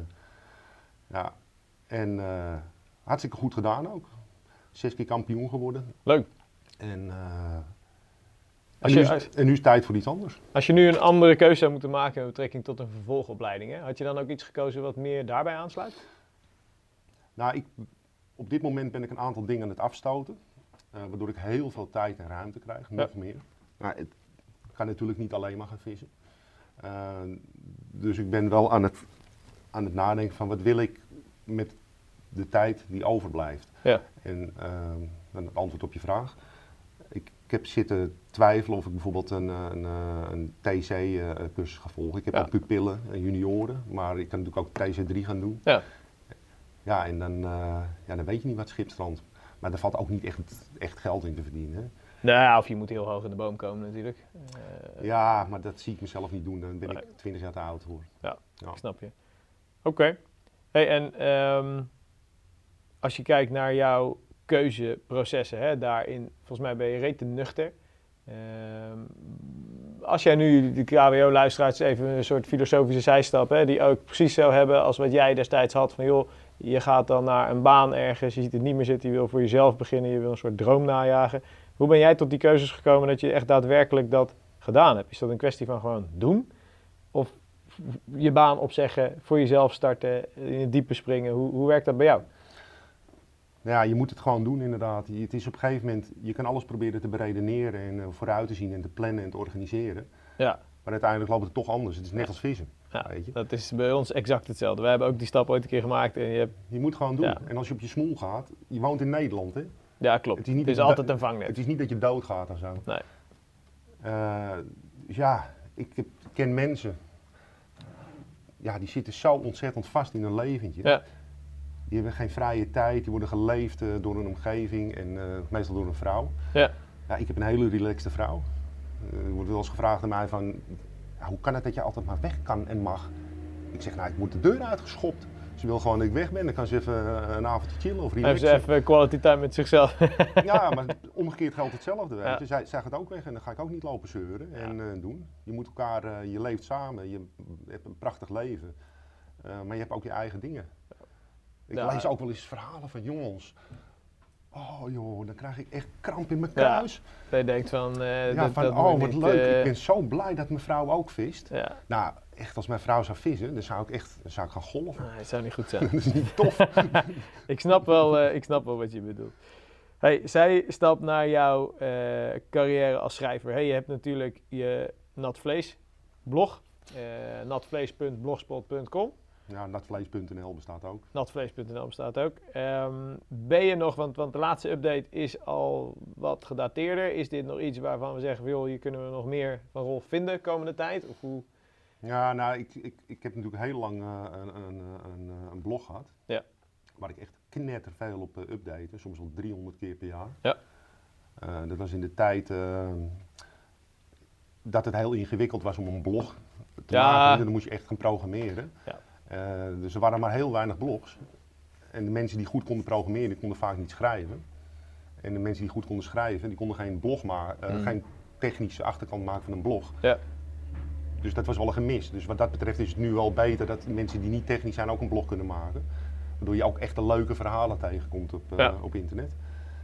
B: En hartstikke goed gedaan ook. 6 keer kampioen geworden.
C: Leuk.
B: En nu is het tijd voor iets anders.
C: Als je nu een andere keuze zou moeten maken met betrekking tot een vervolgopleiding, had je dan ook iets gekozen wat meer daarbij aansluit?
B: Nou, op dit moment ben ik een aantal dingen aan het afstoten, waardoor ik heel veel tijd en ruimte krijg, nog meer. Nou, ik kan natuurlijk niet alleen maar gaan vissen. Dus ik ben wel aan het nadenken van wat wil ik met de tijd die overblijft. Ja. En dan het antwoord op je vraag. Ik heb zitten twijfelen of ik bijvoorbeeld een TC-cursus ga volgen. Ik heb ook pupillen en junioren, maar ik kan natuurlijk ook TC3 gaan doen. Ja. Ja, en dan weet je niet wat schipstrand. Maar daar valt ook niet echt geld in te verdienen. Hè.
C: Nou, of je moet heel hoog in de boom komen natuurlijk.
B: Ja, maar dat zie ik mezelf niet doen. Dan ben ik 20 jaar te oud voor.
C: Ja, ik snap je. Oké. Hey, en als je kijkt naar jouw keuzeprocessen, daarin, volgens mij ben je rete nuchter. Als jij nu de KWO-luisteraars even een soort filosofische zijstap, die ook precies zo hebben als wat jij destijds had, van joh, je gaat dan naar een baan ergens, je ziet het niet meer zitten, je wil voor jezelf beginnen, je wil een soort droom najagen. Hoe ben jij tot die keuzes gekomen dat je echt daadwerkelijk dat gedaan hebt? Is dat een kwestie van gewoon doen? Of je baan opzeggen, voor jezelf starten, in het diepe springen? Hoe werkt dat bij jou?
B: Ja, je moet het gewoon doen inderdaad. Het is op een gegeven moment, je kan alles proberen te beredeneren en vooruit te zien en te plannen en te organiseren. Ja. Maar uiteindelijk loopt het toch anders. Het is net als vissen.
C: Ja,
B: weet je.
C: dat is bij ons exact hetzelfde. We hebben ook die stap ooit een keer gemaakt. En
B: Je moet gewoon doen.
C: Ja.
B: En als je op je smoel gaat, je woont in Nederland, hè?
C: ja, klopt.
B: Het is niet
C: Het is
B: dat je
C: altijd een vangnet.
B: Het is niet dat je doodgaat of zo.
C: Nee.
B: Dus ja, ik ken mensen, ja, die zitten zo ontzettend vast in hun leventje.
C: Ja.
B: Die hebben geen vrije tijd, die worden geleefd door een omgeving en meestal door een vrouw.
C: Ja.
B: Ja, ik heb een hele relaxte vrouw. Er wordt wel eens gevraagd aan mij van, ja, hoe kan het dat je altijd maar weg kan en mag? Ik zeg, nou, ik word de deur uitgeschopt. Ze wil gewoon dat ik weg ben, dan kan ze even een avondje chillen of
C: Hebben
B: relaxen.
C: ze even quality time met zichzelf.
B: Ja, maar omgekeerd geldt hetzelfde. Weet
C: Ja.
B: je. Zij gaat ook weg en dan ga ik ook niet lopen zeuren en doen. Je moet elkaar, je leeft samen, je hebt een prachtig leven. Maar je hebt ook je eigen dingen. Ik
C: Ja.
B: lees ook wel eens verhalen van jongens. Oh joh, dan krijg ik echt kramp in mijn kruis.
C: Dat je denkt van...
B: Oh wat
C: niet,
B: leuk, ik ben zo blij dat mijn vrouw ook vist.
C: Ja,
B: Nou, echt als mijn vrouw zou vissen, dan zou ik gaan golven.
C: nee, het zou niet goed zijn.
B: Dat is niet tof.
C: Ik snap wel wat je bedoelt. Hey, zij stapt naar jouw carrière als schrijver. Hey, je hebt natuurlijk je Nat Vlees blog. natvlees.blogspot.com.
B: Ja, natvlees.nl bestaat ook.
C: Natvlees.nl bestaat ook. Ben je nog, want de laatste update is al wat gedateerder. Is dit nog iets waarvan we zeggen, joh, hier kunnen we nog meer van Rolf vinden komende tijd? Of hoe?
B: Ja, nou, ik heb natuurlijk heel lang een blog gehad.
C: Ja.
B: Waar ik echt knetterveel op update, soms wel 300 keer per jaar.
C: Ja.
B: Dat was in de tijd dat het heel ingewikkeld was om een blog te maken. Dan moest je echt gaan programmeren.
C: Ja.
B: Dus er waren maar heel weinig blogs. En de mensen die goed konden programmeren, die konden vaak niet schrijven. En de mensen die goed konden schrijven, die konden geen blog maken, geen technische achterkant maken van een blog.
C: Ja.
B: Dus dat was wel een gemis. Dus wat dat betreft is het nu wel beter dat mensen die niet technisch zijn ook een blog kunnen maken. Waardoor je ook echt de leuke verhalen tegenkomt op internet.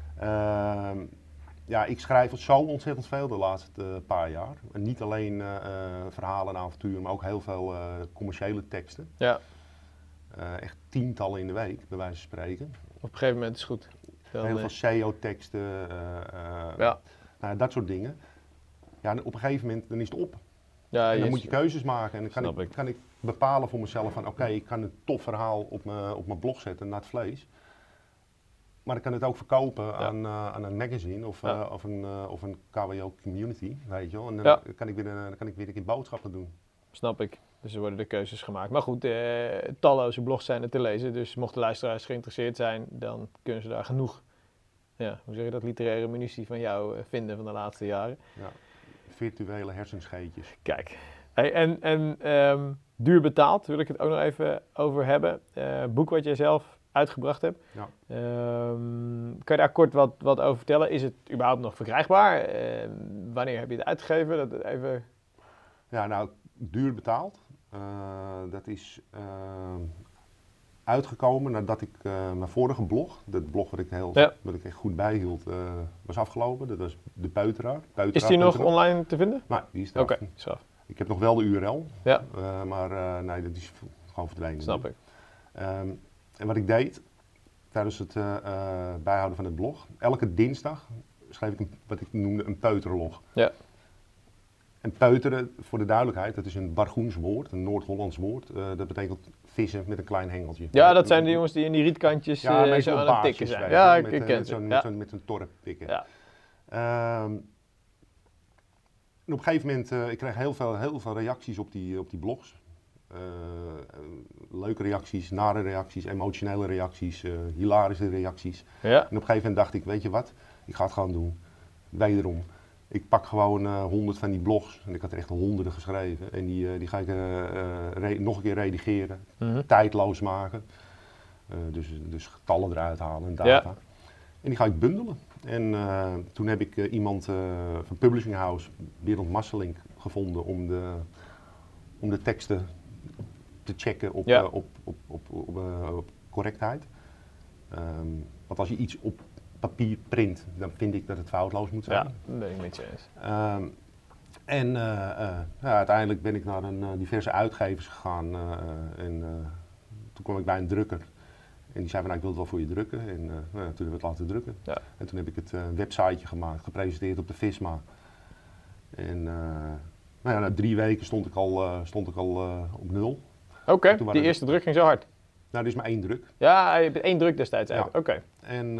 B: Ja, ik schrijf zo ontzettend veel de laatste paar jaar. En niet alleen verhalen en avonturen, maar ook heel veel commerciële teksten.
C: Ja.
B: Echt tientallen in de week, bij wijze van spreken.
C: Op een gegeven moment is het goed. Dan,
B: Heel veel SEO-teksten, nou, dat soort dingen. Ja, en op een gegeven moment dan is het op.
C: ja,
B: En dan moet je keuzes maken. En dan
C: Snap
B: kan ik bepalen voor mezelf van oké, ik kan een tof verhaal op mijn blog zetten, Nat Vlees. Maar ik kan het ook verkopen aan een magazine of een KWO community, weet je wel. En dan kan ik weer een keer boodschappen doen.
C: Snap ik. Dus er worden de keuzes gemaakt. Maar goed, talloze blogs zijn er te lezen. Dus mochten luisteraars geïnteresseerd zijn, dan kunnen ze daar genoeg, ja, hoe zeg je dat, literaire munitie van jou vinden van de laatste jaren.
B: Ja, virtuele hersenscheetjes.
C: Kijk. Hey, en duur betaald, wil ik het ook nog even over hebben. Boek wat jij zelf uitgebracht hebt.
B: Ja.
C: Kan je daar kort wat over vertellen? Is het überhaupt nog verkrijgbaar? Wanneer heb je het uitgegeven? Dat even...
B: Ja, nou, duur betaald. Dat is uitgekomen nadat ik mijn vorige blog, dat blog wat ik echt goed bijhield, was afgelopen. Dat was de Peuteraar.
C: Is die nog online te vinden?
B: Nee, die is eraf.
C: Oké, zo.
B: Ik heb nog wel de URL,
C: Ja.
B: maar nee, dat is gewoon verdwenen.
C: Snap ik.
B: En wat ik deed tijdens het bijhouden van het blog, elke dinsdag schreef ik wat ik noemde een peuterlog.
C: Ja.
B: En peuteren, voor de duidelijkheid, dat is een Bargoens woord, een Noord-Hollands woord. Dat betekent vissen met een klein hengeltje.
C: Ja, dat zijn de jongens die in die rietkantjes zo aan het tikken zijn. Ja, ik ken ze.
B: Met zo'n torp tikken.
C: Ja.
B: En op een gegeven moment, ik kreeg heel veel reacties op die blogs. Leuke reacties, nare reacties, emotionele reacties, hilarische reacties.
C: Ja.
B: En op een gegeven moment dacht ik, weet je wat, ik ga het gewoon doen. Wederom. Ik pak gewoon 100 van die blogs, en ik had er echt honderden geschreven. En die ga ik nog een keer redigeren, tijdloos maken. Dus getallen eruit halen en data.
C: Ja.
B: En die ga ik bundelen. En toen heb ik iemand van Publishing House, Berend Masselink, gevonden om de teksten te checken op correctheid. Want als je iets op papier print, dan vind ik dat het foutloos moet zijn.
C: Ja, dat ben ik met je eens.
B: Uiteindelijk ben ik naar diverse uitgevers gegaan en toen kwam ik bij een drukker. En die zei van, nou, ik wil het wel voor je drukken. En toen hebben we het laten drukken.
C: Ja.
B: En toen heb ik het websiteje gemaakt, gepresenteerd op de Visma. En Nou ja, na 3 weken stond ik al op 0.
C: Oké,
B: Toen
C: die eerste druk ging zo hard.
B: Nou, dit is maar 1 druk.
C: Ja, je hebt 1 druk destijds uit.
B: Ja.
C: Oké.
B: En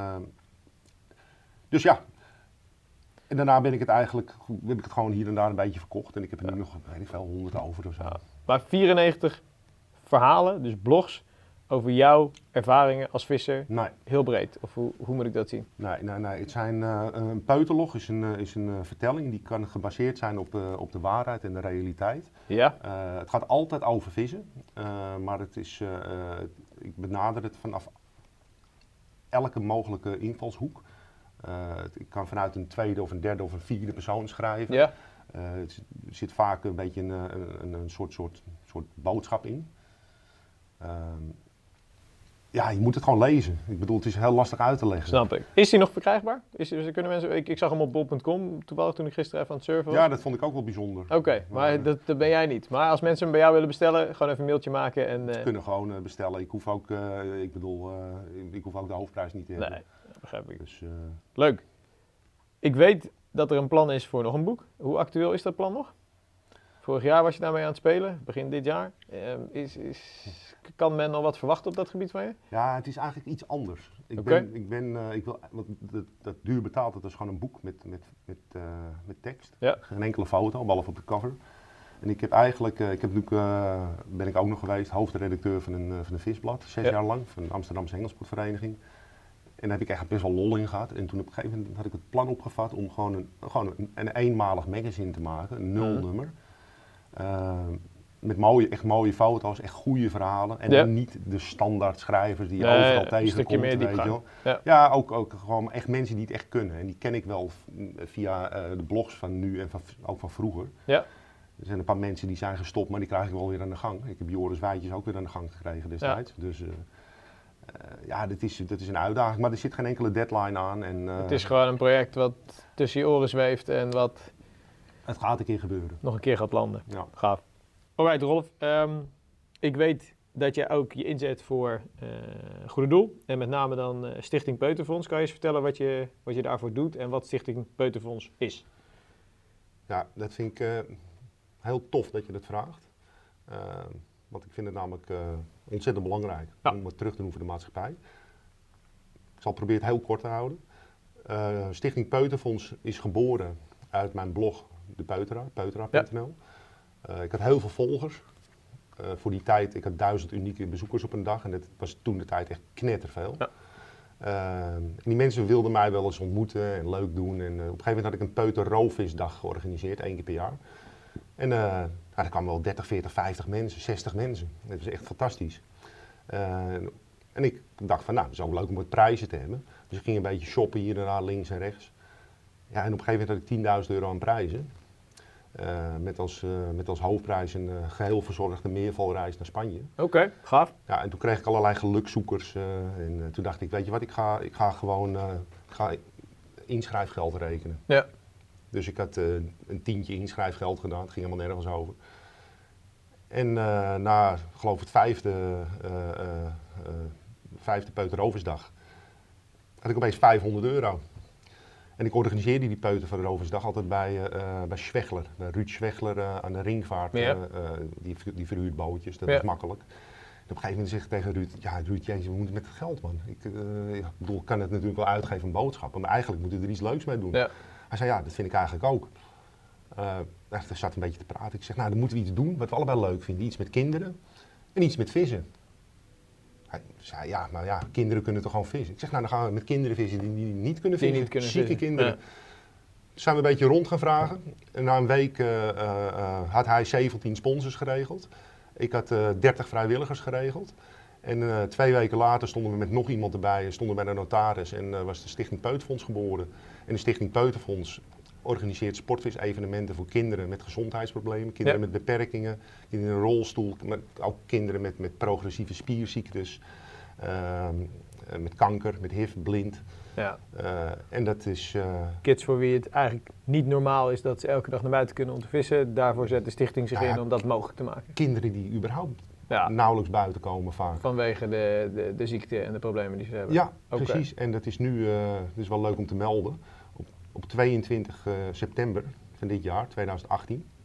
B: dus ja. En daarna heb ik het gewoon hier en daar een beetje verkocht. En ik heb er nu nog, weet ik veel, 100 over of zo.
C: Ja. Maar 94 verhalen, dus blogs, over jouw ervaringen als visser,
B: Nee.
C: heel breed. Of hoe moet ik dat zien?
B: Nee. Het zijn, een peuterlog is een vertelling die kan gebaseerd zijn op de waarheid en de realiteit.
C: Ja?
B: Het gaat altijd over vissen, maar ik benader het vanaf elke mogelijke invalshoek. Ik kan vanuit een tweede of een derde of een vierde persoon schrijven.
C: Ja?
B: Er zit vaak een beetje een soort boodschap in. Ja, je moet het gewoon lezen. Ik bedoel, het is heel lastig uit te leggen.
C: Snap ik. Is die nog verkrijgbaar? Kunnen mensen, ik zag hem op bol.com toevallig toen ik gisteren even aan het surfen was.
B: Ja, dat vond ik ook wel bijzonder.
C: Oké, maar dat ben jij niet. Maar als mensen hem bij jou willen bestellen, gewoon even een mailtje maken en...
B: Ze kunnen gewoon bestellen. Ik hoef ook de hoofdprijs niet te hebben.
C: Nee, dat begrijp ik.
B: Dus,
C: Leuk. Ik weet dat er een plan is voor nog een boek. Hoe actueel is dat plan nog? Vorig jaar was je daarmee aan het spelen, begin dit jaar. Kan men al wat verwachten op dat gebied van je?
B: ja, het is eigenlijk iets anders. Ik wil, want dat duur betaald, dat is gewoon een boek met tekst.
C: Ja.
B: Geen enkele foto, behalve op de cover. En ik heb ben ik ook nog geweest, hoofdredacteur van een visblad, 6 jaar lang, van de Amsterdamse Hengelsportvereniging. En daar heb ik echt best wel lol in gehad. En toen op een gegeven moment had ik het plan opgevat om gewoon een eenmalig magazine te maken, een nulnummer. Met echt mooie foto's, echt goede verhalen. En dan niet de standaard schrijvers die je overal tegenkomt. Een stukje meer diepgang.
C: Ja,
B: ook gewoon echt mensen die het echt kunnen. En die ken ik wel via de blogs van nu en ook van vroeger.
C: Ja.
B: Er zijn een paar mensen die zijn gestopt, maar die krijg ik wel weer aan de gang. Ik heb Joris Wijtjes ook weer aan de gang gekregen destijds. Ja. Dus dat is een uitdaging, maar er zit geen enkele deadline aan. En,
C: het is gewoon een project wat tussen je oren zweeft en wat...
B: Het gaat een keer gebeuren.
C: Nog een keer gaat landen.
B: Ja.
C: Gaaf. Alright Rolf, ik weet dat jij ook je inzet voor goede doel. En met name dan Stichting Peuterfonds. Kan je eens vertellen wat je daarvoor doet en wat Stichting Peuterfonds is?
B: Ja, dat vind ik heel tof dat je dat vraagt. Want ik vind het namelijk ontzettend belangrijk om het terug te doen voor de maatschappij. Ik zal proberen het heel kort te houden. Stichting Peuterfonds is geboren uit mijn blog De Peuteraar, peuteraar.nl. Ik had heel veel volgers. Voor die tijd, ik had 1000 unieke bezoekers op een dag. En dat was toen de tijd echt knetterveel. Ja. En die mensen wilden mij wel eens ontmoeten en leuk doen. En op een gegeven moment had ik een peuterroofvisdag georganiseerd, 1 keer per jaar. En er kwamen wel 30, 40, 50 mensen, 60 mensen. Dat was echt fantastisch. En ik dacht van, nou, het is ook leuk om wat prijzen te hebben. Dus ik ging een beetje shoppen hier en daar, links en rechts. Ja, en op een gegeven moment had ik €10.000 aan prijzen. Met als hoofdprijs een geheel verzorgde meervalreis naar Spanje.
C: Oké, gaaf.
B: Ja, en toen kreeg ik allerlei gelukzoekers. En toen dacht ik, weet je wat, ik ga gewoon inschrijfgeld rekenen. Ja. Dus ik had een tientje inschrijfgeld gedaan, het ging helemaal nergens over. En na, geloof ik, het vijfde Peuterroversdag had ik opeens €500. En ik organiseerde die Peuter van de Roversdag altijd bij Schwegler, bij Ruud Schwegler aan de Ringvaart. Ja. Die verhuurt bootjes, dat is makkelijk. En op een gegeven moment zeg ik tegen Ruud, ja Ruud, we moeten met het geld man. Ik bedoel, ik kan het natuurlijk wel uitgeven aan boodschappen, maar eigenlijk moeten we er iets leuks mee doen. Ja. Hij zei, ja, dat vind ik eigenlijk ook. Hij zat een beetje te praten. Ik zeg, nou dan moeten we iets doen wat we allebei leuk vinden. Iets met kinderen en iets met vissen. Hij zei, ja, maar ja, kinderen kunnen toch gewoon vissen? Ik zeg, nou dan gaan we met kinderen vissen die niet kunnen vissen. Zieke kinderen. Ja. Toen zijn we een beetje rond gaan vragen. En na een week had hij 17 sponsors geregeld. Ik had 30 vrijwilligers geregeld. En 2 weken later stonden we met nog iemand erbij, stonden bij de notaris en was de Stichting Peuterfonds geboren. En de Stichting Peuterfonds organiseert sportvisevenementen voor kinderen met gezondheidsproblemen, kinderen met beperkingen, kinderen in een rolstoel, maar ook kinderen met progressieve spierziektes, met kanker, met HIV, blind. Ja. En dat is...
C: Kids voor wie het eigenlijk niet normaal is dat ze elke dag naar buiten kunnen om te vissen, daarvoor zet de stichting zich in om dat mogelijk te maken.
B: Kinderen die überhaupt nauwelijks buiten komen vaak.
C: Vanwege de ziekte en de problemen die ze hebben.
B: Ja, precies. En dat is nu dus wel leuk om te melden. Op 22 september van dit jaar, 2018,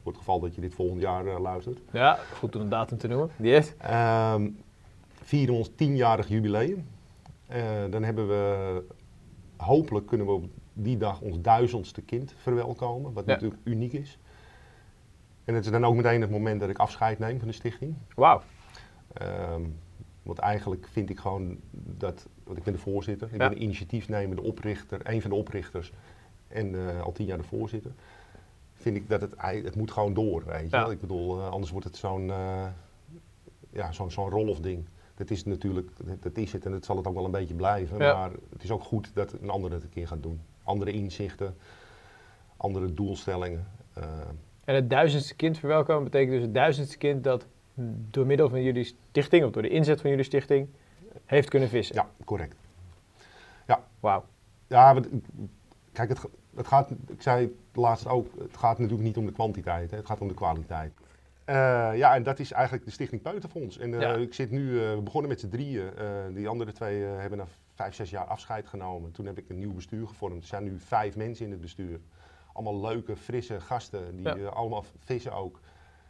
B: Voor het geval dat je dit volgend jaar luistert.
C: Ja, goed om een datum te noemen. Yes.
B: Vieren ons 10-jarig jubileum. Dan hebben we, hopelijk kunnen we op die dag ons 1000ste kind verwelkomen. Wat natuurlijk uniek is. En het is dan ook meteen het moment dat ik afscheid neem van de stichting.
C: Wauw.
B: Want eigenlijk vind ik gewoon dat, want ik ben de voorzitter, ik ben de initiatiefnemer, een van de oprichters en al 10 jaar de voorzitter. Vind ik dat het moet gewoon door, weet je wel. Ik bedoel, anders wordt het zo'n roll-off ding. Dat is natuurlijk, dat is het en dat zal het ook wel een beetje blijven. Ja. Maar het is ook goed dat een ander het een keer gaat doen. Andere inzichten, andere doelstellingen.
C: En het 1000ste kind verwelkomen betekent dus het 1000ste kind dat door middel van jullie stichting, of door de inzet van jullie stichting, heeft kunnen vissen.
B: Ja, correct. Ja.
C: Wauw.
B: Ja, kijk, het gaat, ik zei laatst ook, het gaat natuurlijk niet om de kwantiteit, hè, het gaat om de kwaliteit. En dat is eigenlijk de Stichting Peuterfonds. En ik zit nu, we begonnen met z'n drieën, die andere 2 hebben na 5-6 jaar afscheid genomen. Toen heb ik een nieuw bestuur gevormd. Er zijn nu 5 mensen in het bestuur. Allemaal leuke, frisse gasten, die allemaal vissen ook.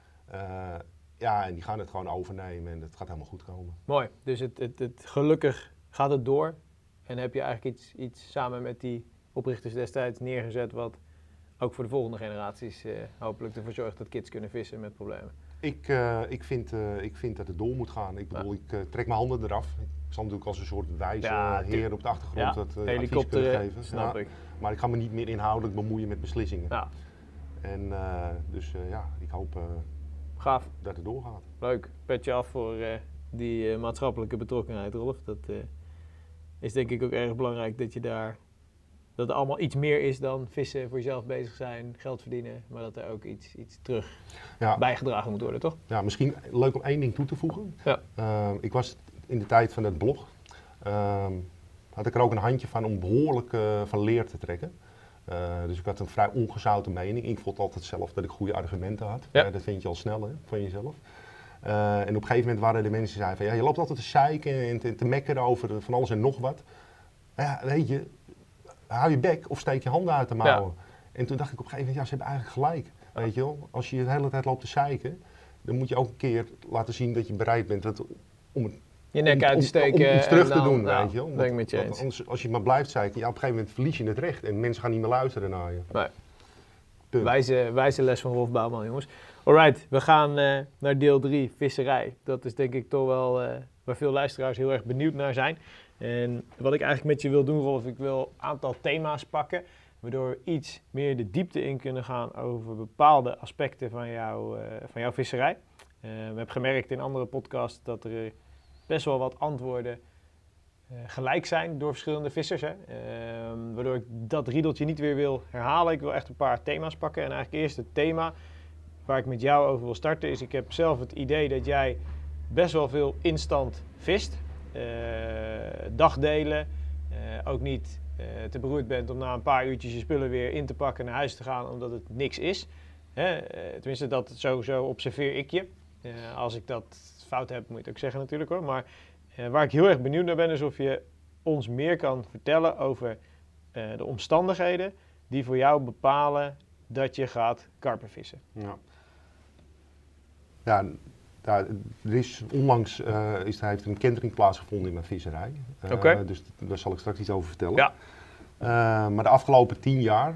B: En die gaan het gewoon overnemen en het gaat helemaal goed komen.
C: Mooi, dus het gelukkig gaat het door. En heb je eigenlijk iets samen met die oprichters destijds neergezet wat ook voor de volgende generaties hopelijk ervoor zorgt dat kids kunnen vissen met problemen.
B: Ik vind dat het door moet gaan. Ik bedoel, ik trek mijn handen eraf. Ik zal natuurlijk als een soort wijze heer op de achtergrond dat advies kunnen geven.
C: Snap ik.
B: Maar ik ga me niet meer inhoudelijk bemoeien met beslissingen.
C: Ja.
B: En ik hoop
C: gaaf
B: dat het doorgaat.
C: Leuk. Petje af voor die maatschappelijke betrokkenheid, Rolf. Dat is denk ik ook erg belangrijk dat je daar... Dat er allemaal iets meer is dan vissen, voor jezelf bezig zijn, geld verdienen. Maar dat er ook iets terug bijgedragen moet worden, toch?
B: Ja, misschien leuk om 1 ding toe te voegen.
C: Ja.
B: Ik was in de tijd van het blog, had ik er ook een handje van om behoorlijk van leer te trekken. Dus ik had een vrij ongezouten mening. Ik vond altijd zelf dat ik goede argumenten had.
C: Ja.
B: Dat vind je al snel hè, van jezelf. En op een gegeven moment waren er mensen die zeiden van... je loopt altijd te zeiken en te mekkeren over van alles en nog wat. Maar ja, weet je... Hou je bek of steek je handen uit de mouwen. Ja. En toen dacht ik op een gegeven moment, ze hebben eigenlijk gelijk. Ja. Weet je wel, als je de hele tijd loopt te zeiken, dan moet je ook een keer laten zien dat je bereid bent om
C: je nek uit te steken
B: om iets terug
C: te
B: doen, weet je wel.
C: Ben ik met je eens.
B: Anders, als je maar blijft zeiken, op een gegeven moment verlies je het recht en mensen gaan niet meer luisteren naar je.
C: Nee. Wijze les van Rolf Bouwman, jongens. Alright, we gaan naar deel 3, visserij. Dat is denk ik toch wel waar veel luisteraars heel erg benieuwd naar zijn. En wat ik eigenlijk met je wil doen, Rolf, ik wil een aantal thema's pakken, waardoor we iets meer de diepte in kunnen gaan over bepaalde aspecten van jouw visserij. We hebben gemerkt in andere podcasts dat er best wel wat antwoorden gelijk zijn door verschillende vissers. Hè? Waardoor ik dat riedeltje niet weer wil herhalen. Ik wil echt een paar thema's pakken. En eigenlijk eerst het thema waar ik met jou over wil starten is, ik heb zelf het idee dat jij best wel veel instant vist. Dagdelen, ook niet te beroerd bent om na een paar uurtjes je spullen weer in te pakken en naar huis te gaan omdat het niks is. Tenminste, dat zo observeer ik je. Als ik dat fout heb, moet je het ook zeggen natuurlijk hoor. Maar waar ik heel erg benieuwd naar ben is of je ons meer kan vertellen over de omstandigheden die voor jou bepalen dat je gaat karpervissen.
B: Ja, er is onlangs heeft een kentering plaatsgevonden in mijn visserij. Dus daar zal ik straks iets over vertellen.
C: Ja.
B: Maar de afgelopen 10 jaar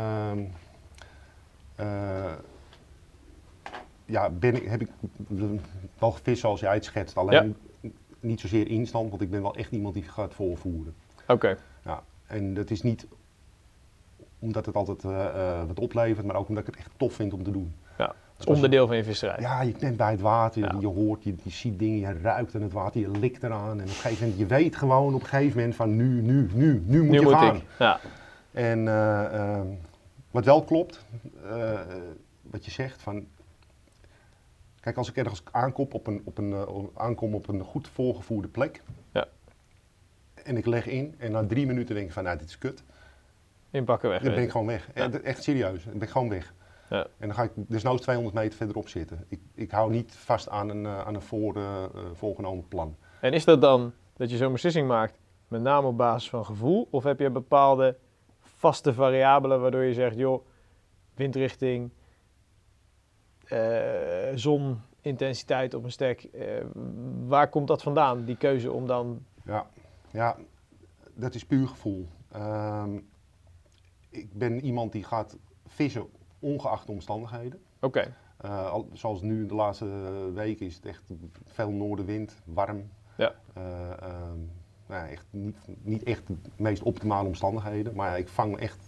B: heb ik wel gevist zoals jij het schetst. Alleen niet zozeer instant, want ik ben wel echt iemand die gaat voorvoeren.
C: Oké.
B: Ja, en dat is niet omdat het altijd wat oplevert, maar ook omdat ik het echt tof vind om te doen.
C: Ja. Het is onderdeel van je visserij.
B: Ja, je bent bij het water, je hoort, je ziet dingen, je ruikt aan het water, je likt eraan. En op een gegeven moment, je weet gewoon op een gegeven moment van nu moet je gaan.
C: Ja.
B: En wat wel klopt, wat je zegt van... Kijk, als ik ergens aankom op een goed voorgevoerde plek...
C: Ja.
B: En ik leg in en na 3 minuten denk ik van, nou, dit is kut.
C: Inpakken weg.
B: Dan ben ik gewoon weg.
C: Ja.
B: Echt serieus, dan ben ik gewoon weg.
C: Ja.
B: En dan ga ik desnoods 200 meter verderop zitten. Ik hou niet vast aan een voorgenomen plan.
C: En is dat dan dat je zo'n beslissing maakt met name op basis van gevoel? Of heb je bepaalde vaste variabelen waardoor je zegt, joh, windrichting, zonintensiteit op een stek. Waar komt dat vandaan, die keuze om dan...
B: Ja, dat is puur gevoel. Ik ben iemand die gaat vissen ongeacht de omstandigheden.
C: Oké.
B: Zoals nu de laatste weken is het echt veel noordenwind, warm.
C: Ja.
B: Echt niet echt de meest optimale omstandigheden, maar ik vang echt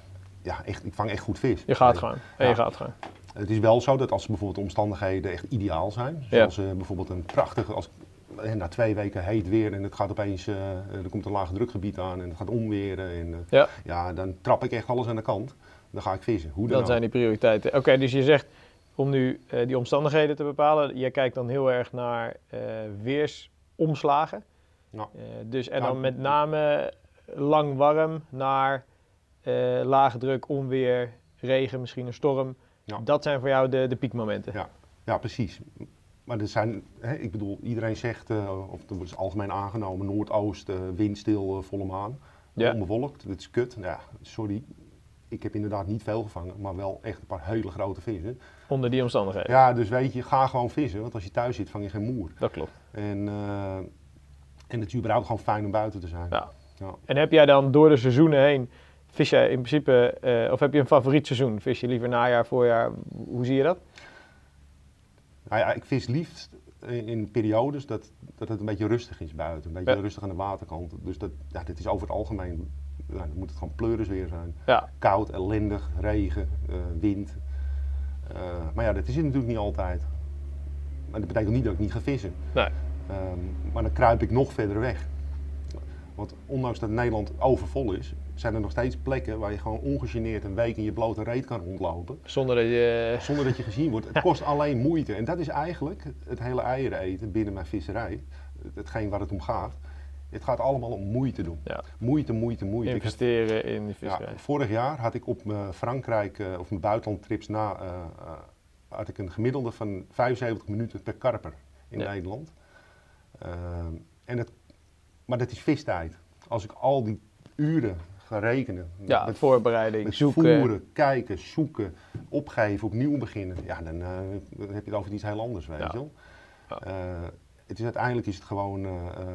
B: goed vis.
C: Je gaat gewoon. En je gaat gewoon.
B: Het is wel zo dat als bijvoorbeeld de omstandigheden echt ideaal zijn, zoals bijvoorbeeld een prachtige, na 2 weken heet weer en het gaat opeens, er komt een laag drukgebied aan en het gaat onweren. Dan trap ik echt alles aan de kant. Dan ga ik vissen. Hoe dan
C: Dat zijn die prioriteiten. Oké, dus je zegt om nu die omstandigheden te bepalen, jij kijkt dan heel erg naar weersomslagen.
B: Ja.
C: Dan met name lang warm naar lage druk, onweer, regen, misschien een storm. Ja. Dat zijn voor jou de piekmomenten.
B: Ja, precies. Maar er zijn, ik bedoel, iedereen zegt, of dat wordt algemeen aangenomen, noordoost, windstil, volle maan, onbewolkt, dat is kut. Ja, sorry, ik heb inderdaad niet veel gevangen, maar wel echt een paar hele grote vissen.
C: Onder die omstandigheden?
B: Ja, dus weet je, ga gewoon vissen, want als je thuis zit vang je geen moer.
C: Dat klopt.
B: En het is überhaupt gewoon fijn om buiten te zijn.
C: Ja. En heb jij dan door de seizoenen heen, vis jij in principe, of heb je een favoriet seizoen? Vis je liever najaar, voorjaar, hoe zie je dat?
B: Nou ja, ik vis liefst in periodes dat het een beetje rustig is buiten, een beetje rustig aan de waterkant. Dus dit is over het algemeen, dan moet het gewoon pleurisweer zijn. Ja. Koud, ellendig, regen, wind. Maar ja, dat is het natuurlijk niet altijd. Maar dat betekent niet dat ik niet ga vissen.
C: Nee.
B: Maar dan kruip ik nog verder weg. Want ondanks dat Nederland overvol is, zijn er nog steeds plekken waar je gewoon ongegeneerd een week in je blote reet kan rondlopen.
C: Zonder dat je
B: gezien wordt. Het kost alleen moeite. En dat is eigenlijk het hele eieren eten binnen mijn visserij. Hetgeen waar het om gaat. Het gaat allemaal om moeite doen. Ja. Moeite.
C: Investeren in de visserij.
B: Ja, vorig jaar had ik op mijn Frankrijk of mijn buitenlandtrips had ik een gemiddelde van 75 minuten per karper in Nederland. Maar dat is vistijd. Als ik al die uren ga rekenen.
C: Ja, met voorbereiding,
B: met
C: zoeken.
B: Voeren, kijken, zoeken, opgeven, opnieuw beginnen. Ja, dan heb je het over iets heel anders, weet je wel. Ja. Uiteindelijk is het gewoon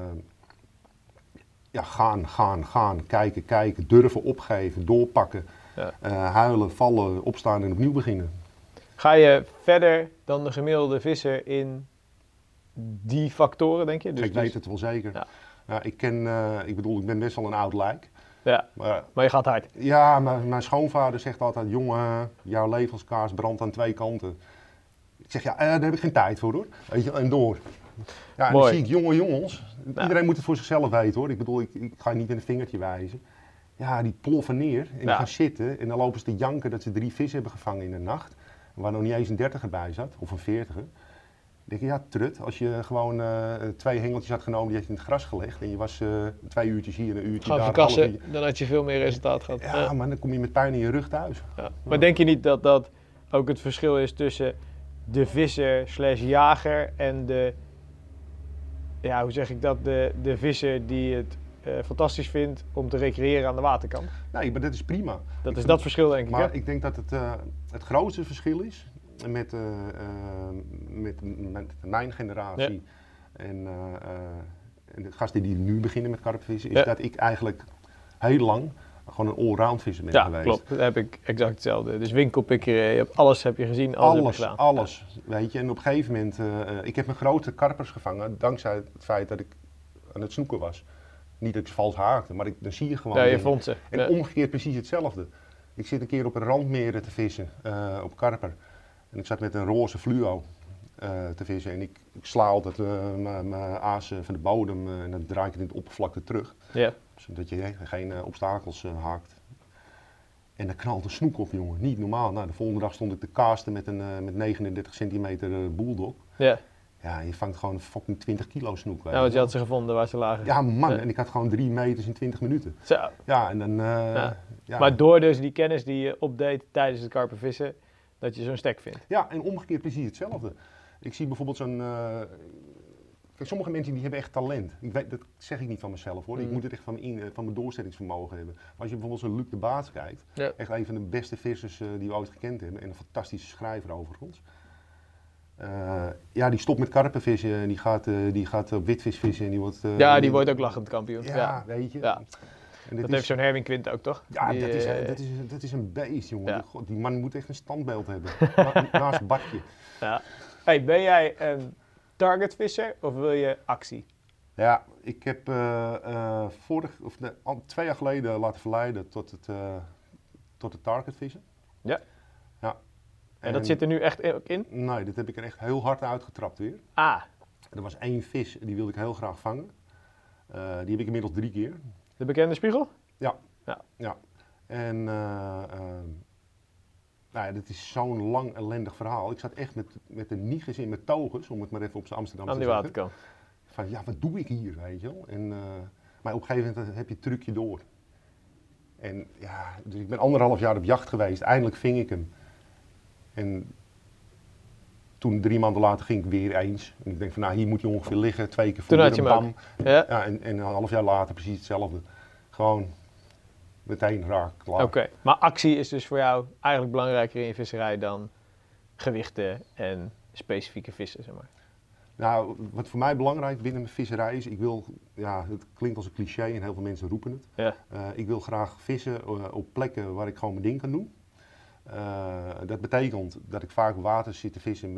B: gaan, kijken, durven opgeven, doorpakken, huilen, vallen, opstaan en opnieuw beginnen.
C: Ga je verder dan de gemiddelde visser in die factoren, denk je?
B: Dus ik weet het wel zeker. Ja. Ja, ik ben best wel een oud lijk.
C: Ja, maar je gaat hard.
B: Ja, mijn schoonvader zegt altijd, jongen, jouw levenskaars brandt aan 2 kanten. Ik zeg, daar heb ik geen tijd voor, hoor. Weet je, en door. Ja, en dan zie ik jonge jongens. Ja. Iedereen moet het voor zichzelf weten, hoor. Ik bedoel, ik ga je niet in een vingertje wijzen. Ja, die ploffen neer en die gaan zitten en dan lopen ze te janken dat ze 3 vis hebben gevangen in de nacht. Waar nog niet eens een 30er bij zat, of een 40er. Dan denk je, trut, als je gewoon 2 hengeltjes had genomen, die had je in het gras gelegd en je was 2 uurtjes hier en een uurtje daar.
C: Verkassen, dan had je veel meer resultaat gehad.
B: Ja, maar dan kom je met pijn in je rug thuis.
C: Ja. Maar denk je niet dat dat ook het verschil is tussen de visser/jager en de, hoe zeg ik dat, de visser die het fantastisch vindt om te recreëren aan de waterkant?
B: Nee, maar dat is prima.
C: Dat is dat verschil, denk ik.
B: Maar ik denk dat het grootste verschil is met mijn generatie en de gasten die nu beginnen met karpvissen, is dat ik eigenlijk heel lang gewoon een allround visser ben geweest. Ja, klopt.
C: Dat heb ik exact hetzelfde. Dus winkelpikkeren, alles heb je gezien, alles heb je gedaan.
B: Alles, weet je. En op een gegeven moment, ik heb mijn grote karpers gevangen dankzij het feit dat ik aan het snoeken was. Niet dat ik ze vals haakte, maar dan zie je gewoon.
C: Ja, je vond ze.
B: En omgekeerd precies hetzelfde. Ik zit een keer op een randmeren te vissen, op karper. En ik zat met een roze fluo te vissen en ik sla altijd mijn aas van de bodem en dan draai ik het in het oppervlakte terug. Ja. Zodat je geen obstakels haakt. En dan knalt een snoek op, jongen. Niet normaal. Nou, de volgende dag stond ik te casten met 39 centimeter bulldog. Ja. Ja, je vangt gewoon een fucking 20 kilo snoek.
C: Ja, want je had ze gevonden waar ze lagen.
B: Ja, man. Ja. En ik had gewoon 3 meters in 20 minuten. Zo. Ja, en dan...
C: Maar door dus die kennis die je opdeed tijdens het karpervissen, dat je zo'n stek vindt.
B: Ja, en omgekeerd precies hetzelfde. Ik zie bijvoorbeeld zo'n... Kijk, sommige mensen die hebben echt talent. Dat zeg ik niet van mezelf, hoor. Ik moet het echt van mijn doorzettingsvermogen hebben. Maar als je bijvoorbeeld zo'n Luc de Baats kijkt, echt een van de beste vissers die we ooit gekend hebben en een fantastische schrijver overigens. Ja, die stopt met karpenvissen en die gaat op witvis vissen. En die wordt,
C: die wordt ook lachend kampioen.
B: Ja, weet je.
C: Ja.
B: En
C: Dat heeft zo'n Herwin Quint ook, toch?
B: Ja,
C: Die,
B: dat is een beest, jongen.
C: Ja.
B: Die man moet echt een standbeeld hebben. Naast het bakje.
C: Ja. Hey, ben jij een targetvisser of wil je actie?
B: Ja, ik heb 2 jaar geleden laten verleiden tot het targetvissen.
C: Ja.
B: Ja.
C: En dat zit er nu echt in?
B: Nee, dat heb ik er echt heel hard uitgetrapt weer.
C: Ah,
B: Er was 1 vis, die wilde ik heel graag vangen. Die heb ik inmiddels 3 keer.
C: de bekende spiegel?
B: Ja.
C: Ja.
B: Ja. En nou ja, dit is zo'n lang ellendig verhaal. Ik zat echt met de niges in mijn toges, om het maar even op zijn Amsterdam
C: Aan
B: te
C: die
B: zeggen.
C: waterkant.
B: Van ja, wat doe ik hier, weet je wel. En, maar op een gegeven moment heb je het trucje door. En ja, dus ik ben 1,5 jaar op jacht geweest. Eindelijk ving ik hem. En toen 3 maanden later ging ik weer eens. En ik denk van nou, hier moet hij ongeveer liggen. 2 keer
C: Toen
B: voeren,
C: had je hem
B: bam.
C: ook. Ja.
B: Ja, en een half jaar later precies hetzelfde. Gewoon meteen raak, klaar.
C: Oké, maar actie is dus voor jou eigenlijk belangrijker in je visserij dan gewichten en specifieke vissen, zeg maar.
B: Nou, wat voor mij belangrijk binnen mijn visserij is, ik wil, ja, het klinkt als een cliché en heel veel mensen roepen het.
C: Ja.
B: Ik wil graag vissen op plekken waar ik gewoon mijn ding kan doen. Dat betekent dat ik vaak water zit te vissen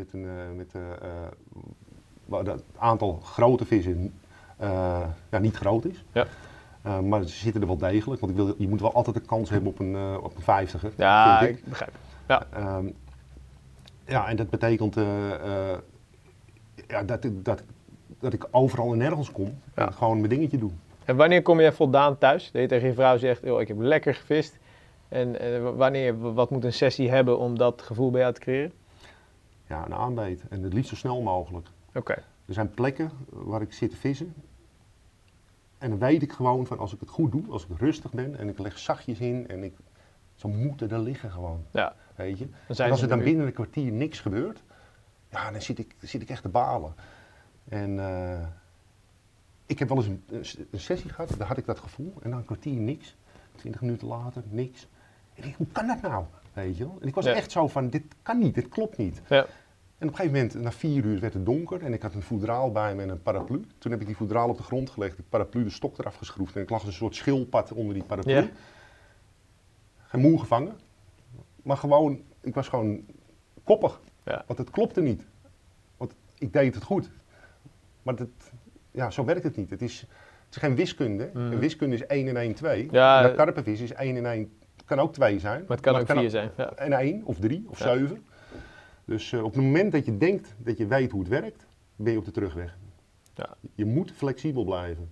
B: waar het aantal grote vissen niet groot is.
C: Ja.
B: Maar ze zitten er wel degelijk, want je moet wel altijd de kans hebben op een 50er.
C: Ja,
B: vind ik.
C: ik begrijp. Ja.
B: Ja, en dat betekent dat ik overal en nergens kom en gewoon mijn dingetje doe.
C: En wanneer kom je voldaan thuis? Dat je tegen je vrouw zegt, ik heb lekker gevist. En wat moet een sessie hebben om dat gevoel bij jou te creëren?
B: Ja, een aanbeet. En het liefst zo snel mogelijk.
C: Oké.
B: Er zijn plekken waar ik zit te vissen. En dan weet ik gewoon van als ik het goed doe, als ik rustig ben en ik leg zachtjes in en ze moeten er liggen gewoon.
C: Ja.
B: Weet je?
C: Dan zijn
B: en als
C: ze
B: er dan
C: er nu.
B: binnen een kwartier niks gebeurt, ja, dan zit ik echt te balen. En ik heb wel eens een sessie gehad, daar had ik dat gevoel. En dan een kwartier niks, 20 minuten later niks. En ik denk, hoe kan dat nou? Weet je wel? En ik was echt zo van, dit kan niet, dit klopt niet.
C: Ja.
B: En op een gegeven moment, na 4 uur werd het donker en ik had een voedraal bij me en een paraplu. Toen heb ik die voedraal op de grond gelegd, de paraplu, de stok eraf geschroefd en ik lag als een soort schildpad onder die paraplu.
C: Ja.
B: Geen moe gevangen, maar gewoon, ik was gewoon koppig,
C: Ja.
B: want het klopte niet. Want ik deed het goed, maar zo werkt het niet. Het is geen wiskunde.
C: Mm.
B: Een wiskunde is 1 en 1, 2.
C: Ja,
B: En dat karpenvis is 1 en 1, het kan ook 2 zijn.
C: Maar het kan ook 4 zijn. Ja.
B: En 1 of 3 of
C: Ja.
B: 7. Dus op het moment dat je denkt dat je weet hoe het werkt, ben je op de terugweg.
C: Ja.
B: Je moet flexibel blijven.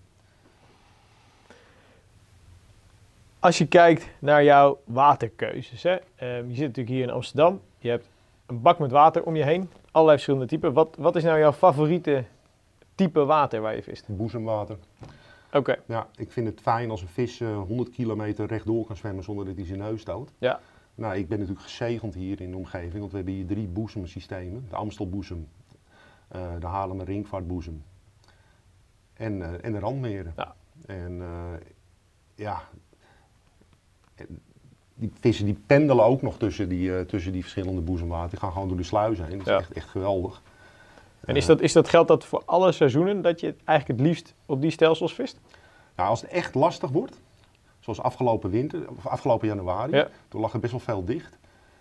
C: Als je kijkt naar jouw waterkeuzes, hè? Je zit natuurlijk hier in Amsterdam, je hebt een bak met water om je heen, allerlei verschillende typen. Wat is nou jouw favoriete type water waar je vist?
B: Boezemwater.
C: Oké.
B: Ja, ik vind het fijn als een vis 100 kilometer rechtdoor kan zwemmen zonder dat hij zijn neus stoot.
C: Ja.
B: Nou, ik ben natuurlijk gezegend hier in de omgeving, want we hebben hier 3 boezemsystemen. De Amstelboezem, de Haarlemmer Ringvaartboezem en de Randmeren.
C: Ja.
B: En die vissen die pendelen ook nog tussen die verschillende boezemwater. Die gaan gewoon door de sluizen heen. Dat is echt geweldig.
C: En geldt dat voor alle seizoenen, dat je eigenlijk het liefst op die stelsels vist?
B: Nou, als het echt lastig wordt, zoals afgelopen winter, of afgelopen januari, toen lag er best wel veel dicht.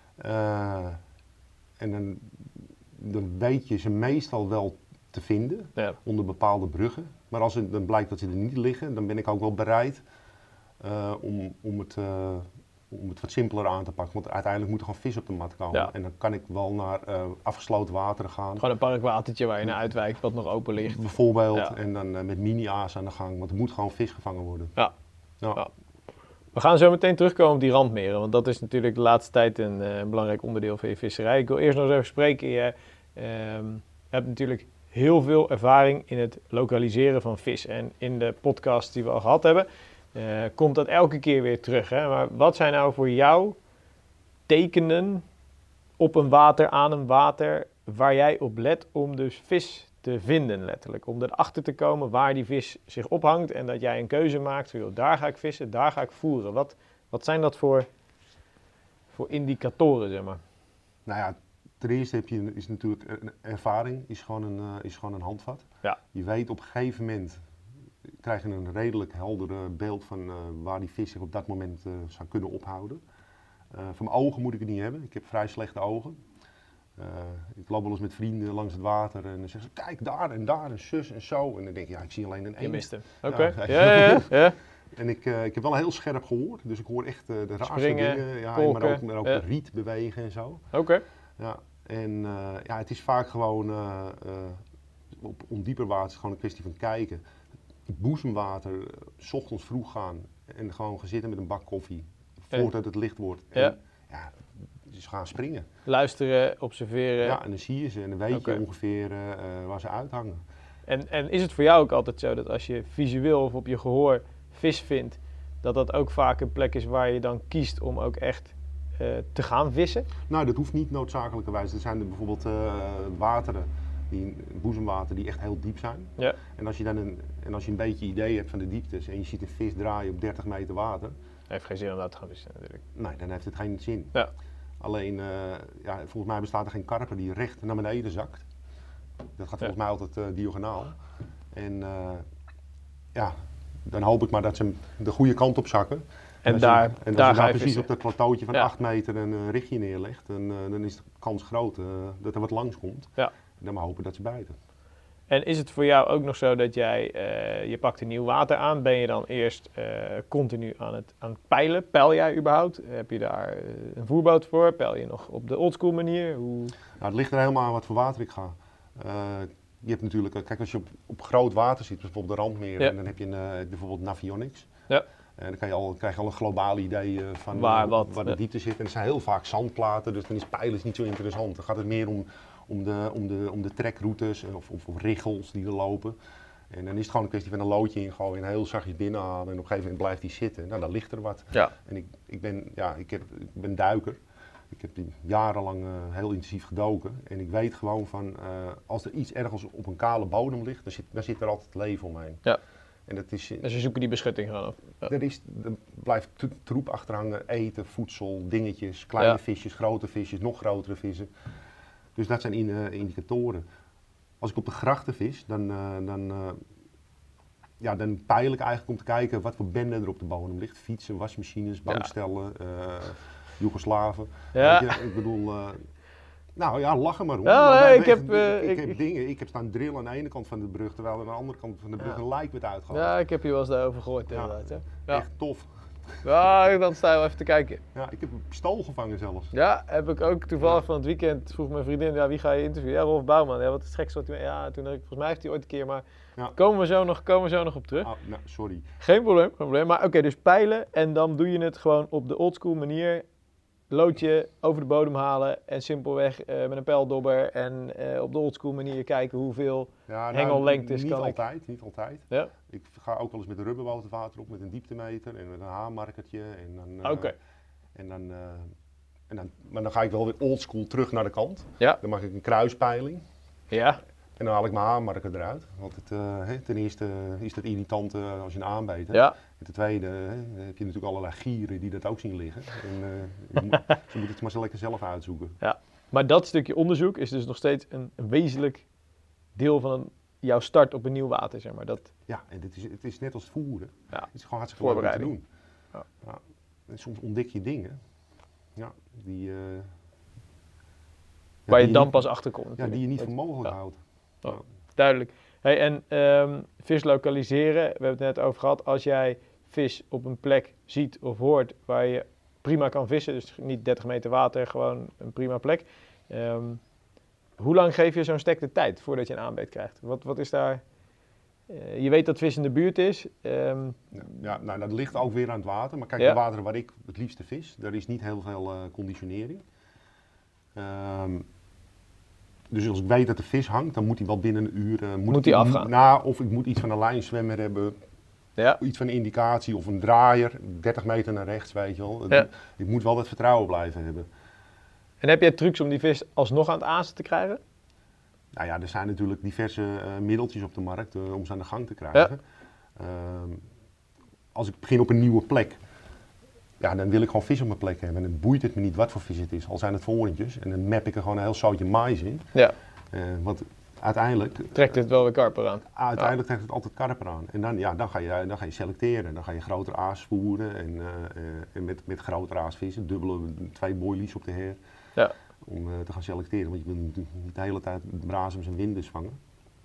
B: En dan weet je ze meestal wel te vinden, onder bepaalde bruggen. Maar als het dan blijkt dat ze er niet liggen, dan ben ik ook wel bereid om het wat simpeler aan te pakken. Want uiteindelijk moet er gewoon vis op de mat komen.
C: Ja.
B: En dan kan ik wel naar afgesloten wateren gaan.
C: Gewoon een parkwatertje waar je naar uitwijkt, wat nog open ligt.
B: Bijvoorbeeld.
C: Ja.
B: En dan met mini-aas aan de gang. Want er moet gewoon vis gevangen worden.
C: Ja.
B: Ja.
C: Ja. We gaan zo meteen terugkomen op die randmeren. Want dat is natuurlijk de laatste tijd een belangrijk onderdeel van je visserij. Ik wil eerst nog eens even spreken. Je hebt natuurlijk heel veel ervaring in het lokaliseren van vis. En in de podcast die we al gehad hebben, komt dat elke keer weer terug. Hè? Maar wat zijn nou voor jou tekenen op een water, aan een water, waar jij op let om dus vis te vinden letterlijk? Om erachter te komen waar die vis zich ophangt en dat jij een keuze maakt van, joh, daar ga ik vissen, daar ga ik voeren. Wat zijn dat voor indicatoren, zeg maar?
B: Nou ja, ten eerste is natuurlijk ervaring is gewoon een handvat.
C: Ja.
B: Je weet op een gegeven moment, krijg je een redelijk helder beeld van waar die vis zich op dat moment zou kunnen ophouden. Van mijn ogen moet ik het niet hebben. Ik heb vrij slechte ogen. Ik loop wel eens met vrienden langs het water en dan zeggen ze, kijk daar en zus en zo. En dan denk ik, ja, ik zie alleen een eend.
C: Je mist hem. Oké.
B: Ja.
C: Ja.
B: En ik heb wel heel scherp gehoord, dus ik hoor echt de raarste
C: Springen,
B: dingen. Ja,
C: kolken,
B: maar ook
C: ja.
B: riet bewegen en zo.
C: Oké.
B: Ja, en het is vaak gewoon, op ondieper water is het gewoon een kwestie van kijken. Boezemwater, 's ochtends vroeg gaan en gewoon gaan zitten met een bak koffie, voordat het licht wordt. En, dus gaan springen.
C: Luisteren, observeren.
B: Ja, en dan zie je ze en dan weet
C: Oké.
B: je ongeveer waar ze uithangen.
C: En is het voor jou ook altijd zo dat als je visueel of op je gehoor vis vindt, dat ook vaak een plek is waar je dan kiest om ook echt te gaan vissen?
B: Nou, dat hoeft niet noodzakelijkerwijs. Er zijn er bijvoorbeeld wateren, boezemwater, die echt heel diep zijn.
C: Ja.
B: En als je een beetje idee hebt van de dieptes en je ziet een vis draaien op 30 meter water,
C: Heeft geen zin om daar te gaan vissen natuurlijk.
B: nee, dan heeft het geen zin.
C: Ja.
B: Alleen, volgens mij bestaat er geen karper die recht naar beneden zakt. Dat gaat volgens mij altijd diagonaal. En dan hoop ik maar dat ze hem de goede kant op zakken.
C: En
B: als
C: daar
B: je
C: ga je
B: precies
C: vissen.
B: op dat plateautje van
C: Ja.
B: 8 meter een richtje neerlegt, dan is de kans groot dat er wat langs komt.
C: Ja.
B: En dan maar hopen dat ze bijten.
C: En is het voor jou ook nog zo dat jij, je pakt een nieuw water aan, ben je dan eerst continu aan het peilen? Peil jij überhaupt? Heb je daar een voerboot voor? Peil je nog op de oldschool manier? Hoe...
B: Nou, het ligt er helemaal aan wat voor water ik ga. Je hebt natuurlijk, kijk als je op groot water zit, bijvoorbeeld de Randmeer,
C: Ja.
B: en dan heb je bijvoorbeeld Navionics.
C: Ja.
B: En dan krijg je al een globaal idee van
C: Waar
B: de diepte zit. En er zijn heel vaak zandplaten, dus dan is peilen niet zo interessant. Dan gaat het meer om de trekroutes of riggels die er lopen. En dan is het gewoon een kwestie van een loodje ingooien en heel zachtjes binnenhalen. En op een gegeven moment blijft die zitten. Nou, dan ligt er wat.
C: Ja.
B: En ik ben duiker. Ik heb jarenlang heel intensief gedoken. En ik weet gewoon van, als er iets ergens op een kale bodem ligt, dan zit er altijd leven omheen.
C: Ja.
B: En dat is,
C: Dus ze zoeken die beschutting gewoon op. Ja.
B: er blijft troep achterhangen, eten, voedsel, dingetjes, kleine visjes, grote visjes, nog grotere vissen. Dus dat zijn indicatoren. Als ik op de grachten vis, dan peil ik eigenlijk om te kijken wat voor bende er op de bodem ligt. Fietsen, wasmachines, bankstellen, Joegoslaven.
C: Ja.
B: Weet je, ik bedoel, lachen maar om.
C: Ja,
B: Maar
C: nee,
B: ik heb dingen. Ik heb staan drillen aan de ene kant van de brug, terwijl aan de andere kant van de brug een lijk werd uitgehaald.
C: Ja, ik heb je wel eens daarover gehoord
B: Ja.
C: inderdaad. Hè? Ja.
B: Echt tof.
C: Ja, dan sta je wel even te kijken.
B: Ja, ik heb een pistool gevangen zelfs.
C: Ja, heb ik ook toevallig van het weekend, vroeg mijn vriendin, ja, wie ga je interviewen? Ja, Rolf Bouwman. Ja, wat is het gekste wat hij... Ja, toen volgens mij heeft hij ooit een keer, maar
B: Ja.
C: komen we zo nog op terug.
B: Oh, nou, sorry.
C: Geen probleem. Maar oké, dus peilen en dan doe je het gewoon op de oldschool manier. Loodje over de bodem halen en simpelweg met een pijldobber en op de oldschool manier kijken hoeveel hengellengtes
B: niet
C: kan
B: altijd, Niet altijd.
C: Ja?
B: Ik ga ook wel eens met een rubberboot het water op met een dieptemeter en met een haarmarkertje. En dan,
C: Oké.
B: Maar dan ga ik wel weer oldschool terug naar de kant.
C: Ja.
B: Dan maak ik een kruispeiling
C: Ja.
B: en dan haal ik mijn haarmarker eruit. Want ten eerste is dat irritant als je een aanbeet hebt.
C: Ja.
B: En ten tweede heb je natuurlijk allerlei gieren die dat ook zien liggen. En ze moeten het maar zo lekker zelf uitzoeken.
C: Ja. Maar dat stukje onderzoek is dus nog steeds een wezenlijk deel van jouw start op een nieuw water, zeg maar. Dat...
B: Ja, en het is net als het voeren.
C: Ja.
B: Het is gewoon hartstikke leuk om te
C: Voorbereiding.
B: doen.
C: Ja.
B: Ja. En soms ontdek je dingen. Ja,
C: Waar je
B: die
C: dan
B: niet-
C: pas achter komt.
B: Ja, die je niet voor mogelijk
C: Ja.
B: houdt.
C: Oh. Duidelijk. Hey, en vis lokaliseren, we hebben het net over gehad. Als jij vis op een plek ziet of hoort waar je prima kan vissen, dus niet 30 meter water, gewoon een prima plek. Hoe lang geef je zo'n stek de tijd voordat je een aanbeet krijgt? Wat is daar... je weet dat vis in de buurt is.
B: Nou, dat ligt ook weer aan het water. Maar kijk,
C: Ja.
B: de wateren waar ik het liefste vis, daar is niet heel veel conditionering. Dus als ik weet dat de vis hangt, dan moet hij wel binnen een uur...
C: Moet hij afgaan?
B: Of ik moet iets van een lijnzwemmer hebben,
C: Ja.
B: iets van een indicatie of een draaier, 30 meter naar rechts, weet je wel.
C: Ja.
B: Ik moet wel dat vertrouwen blijven hebben.
C: En heb jij trucs om die vis alsnog aan het aasen te krijgen?
B: Nou ja, er zijn natuurlijk diverse middeltjes op de markt om ze aan de gang te krijgen. Als ik begin op een nieuwe plek, ja, dan wil ik gewoon vis op mijn plek hebben. En dan boeit het me niet wat voor vis het is. Al zijn het voorentjes. En dan map ik er gewoon een heel zoutje mais in.
C: Ja.
B: Want uiteindelijk...
C: Trekt het wel weer karper aan.
B: Uiteindelijk trekt het altijd karper aan. En dan ga je selecteren. Dan ga je grotere aas voeren. En met grotere aas vissen. 2 boilies op de her.
C: Ja.
B: Om te gaan selecteren. Want je wil niet de hele tijd brazems en winders vangen.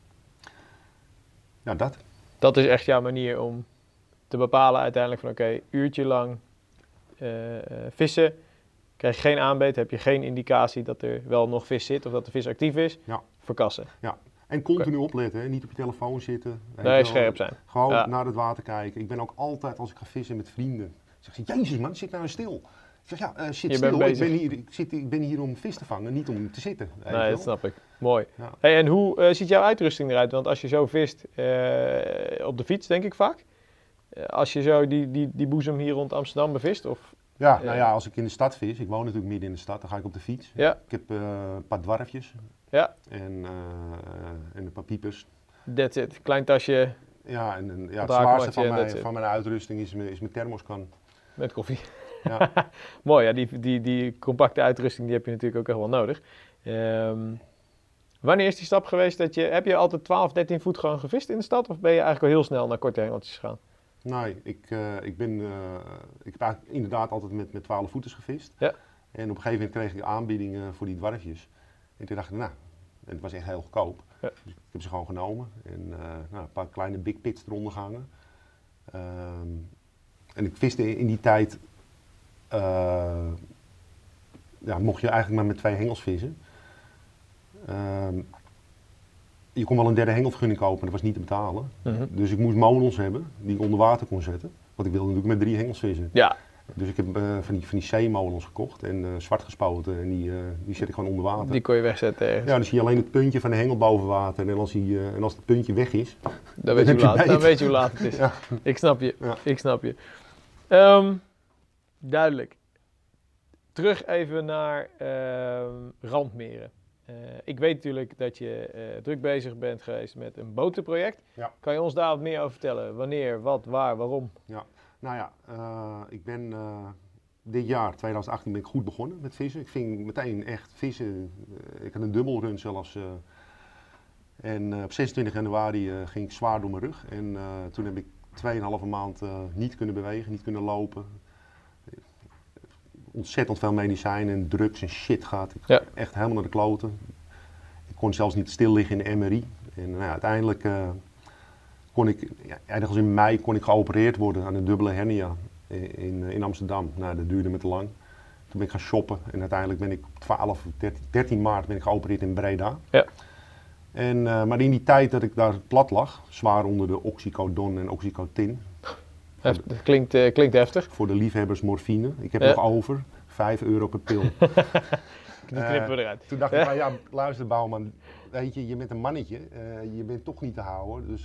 B: Ja, dat.
C: Dat is echt jouw manier om te bepalen uiteindelijk van oké, uurtje lang vissen. Krijg je geen aanbeet, heb je geen indicatie dat er wel nog vis zit of dat de vis actief is.
B: Ja.
C: Verkassen.
B: Ja. En continu opletten, hè? Niet op je telefoon zitten.
C: Nee, scherp zijn.
B: Gewoon naar het water kijken. Ik ben ook altijd, als ik ga vissen met vrienden, zeg ze, jezus man, zit nou stil. Ik zeg, ja, zit stil. Ik ben hier om vis te vangen, niet om te zitten.
C: Nee, dat snap ik. Mooi.
B: Ja.
C: Hey, en hoe ziet jouw uitrusting eruit? Want als je zo vist, op de fiets denk ik vaak. Als je zo die boezem hier rond Amsterdam bevist? Of,
B: ja, nou ja, als ik in de stad vis, ik woon natuurlijk midden in de stad, dan ga ik op de fiets.
C: Ja.
B: Ik heb een paar dwarfjes
C: Ja.
B: en een paar piepers.
C: That's it. Klein tasje.
B: Ja, en het
C: haakmatje
B: zwaarste van mijn uitrusting is mijn thermoskan.
C: Met koffie.
B: Ja.
C: Mooi, ja, die compacte uitrusting die heb je natuurlijk ook echt wel nodig. Wanneer is die stap geweest heb je altijd 12, 13 voet gewoon gevist in de stad? Of ben je eigenlijk al heel snel naar korte hengeltjes gegaan?
B: Nee, ik heb eigenlijk inderdaad altijd met 12 voeters gevist.
C: Ja.
B: En op een gegeven moment kreeg ik aanbiedingen voor die dwarfjes. En toen dacht ik, nou, en het was echt heel goedkoop.
C: Ja.
B: Dus ik heb ze gewoon genomen en een paar kleine big pits eronder gehangen. En ik viste in die tijd, mocht je eigenlijk maar met 2 hengels vissen. Je kon wel een derde hengelvergunning kopen, dat was niet te betalen. Dus ik moest molens hebben die ik onder water kon zetten. Want ik wilde natuurlijk met 3 hengels vissen.
C: Ja.
B: Dus ik heb van die zeemolens gekocht en zwart gespoten en die zet ik gewoon onder water.
C: Die kon je wegzetten ergens.
B: Ja, dan zie je alleen het puntje van de hengel boven water. En als het puntje weg is,
C: dan weet je hoe laat het is.
B: Ja.
C: Ik snap je.
B: Ja.
C: Ik snap je. Duidelijk. Terug even naar Randmeren. Ik weet natuurlijk dat je druk bezig bent geweest met een botenproject.
B: Ja.
C: Kan je ons daar wat meer over vertellen? Wanneer, wat, waar, waarom?
B: Ja. Nou ja, ik ben dit jaar, 2018, ben ik goed begonnen met vissen. Ik ving meteen echt vissen. Ik had een dubbelrun zelfs. En op 26 januari ging ik zwaar door mijn rug. En toen heb ik 2,5 maand niet kunnen bewegen, niet kunnen lopen. Ontzettend veel medicijnen en drugs en shit gehad. Echt helemaal naar de kloten. Ik kon zelfs niet stil liggen in de MRI. En uiteindelijk kon ik, ergens in mei kon ik geopereerd worden aan een dubbele hernia in Amsterdam. Nou, dat duurde me te lang. Toen ben ik gaan shoppen en uiteindelijk ben ik op 13 maart ben ik geopereerd in Breda.
C: Ja.
B: En, maar in die tijd dat ik daar plat lag, zwaar onder de oxycodon en oxycotin.
C: Dat klinkt heftig.
B: Voor de liefhebbers morfine. Ik heb nog over, €5 per pil.
C: Die knippen we eruit.
B: Toen dacht ik, ja, luister Bouwman, weet je bent een mannetje, je bent toch niet te houden, dus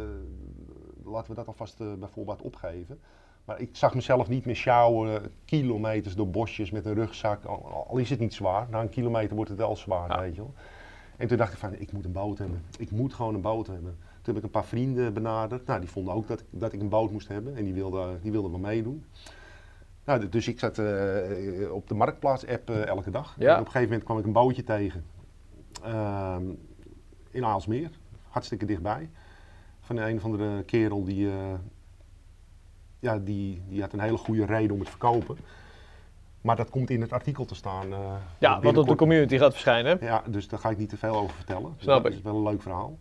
B: laten we dat alvast bijvoorbeeld opgeven. Maar ik zag mezelf niet meer sjouwen, kilometers door bosjes met een rugzak, al is het niet zwaar. Na een kilometer wordt het wel zwaar, weet je wel. En toen dacht ik van, ik moet een boot hebben. Ik moet gewoon een boot hebben. Toen heb ik een paar vrienden benaderd. Nou, die vonden ook dat ik een boot moest hebben en die wilden wel meedoen. Nou, dus ik zat op de Marktplaats-app elke dag.
C: Ja.
B: En op een gegeven moment kwam ik een bootje tegen in Aalsmeer, hartstikke dichtbij. Van een of andere kerel die had een hele goede reden om het te verkopen. Maar dat komt in het artikel te staan.
C: Wat op de community gaat verschijnen.
B: Ja, dus daar ga ik niet te veel over vertellen.
C: Snap ik.
B: Dat is wel een leuk verhaal.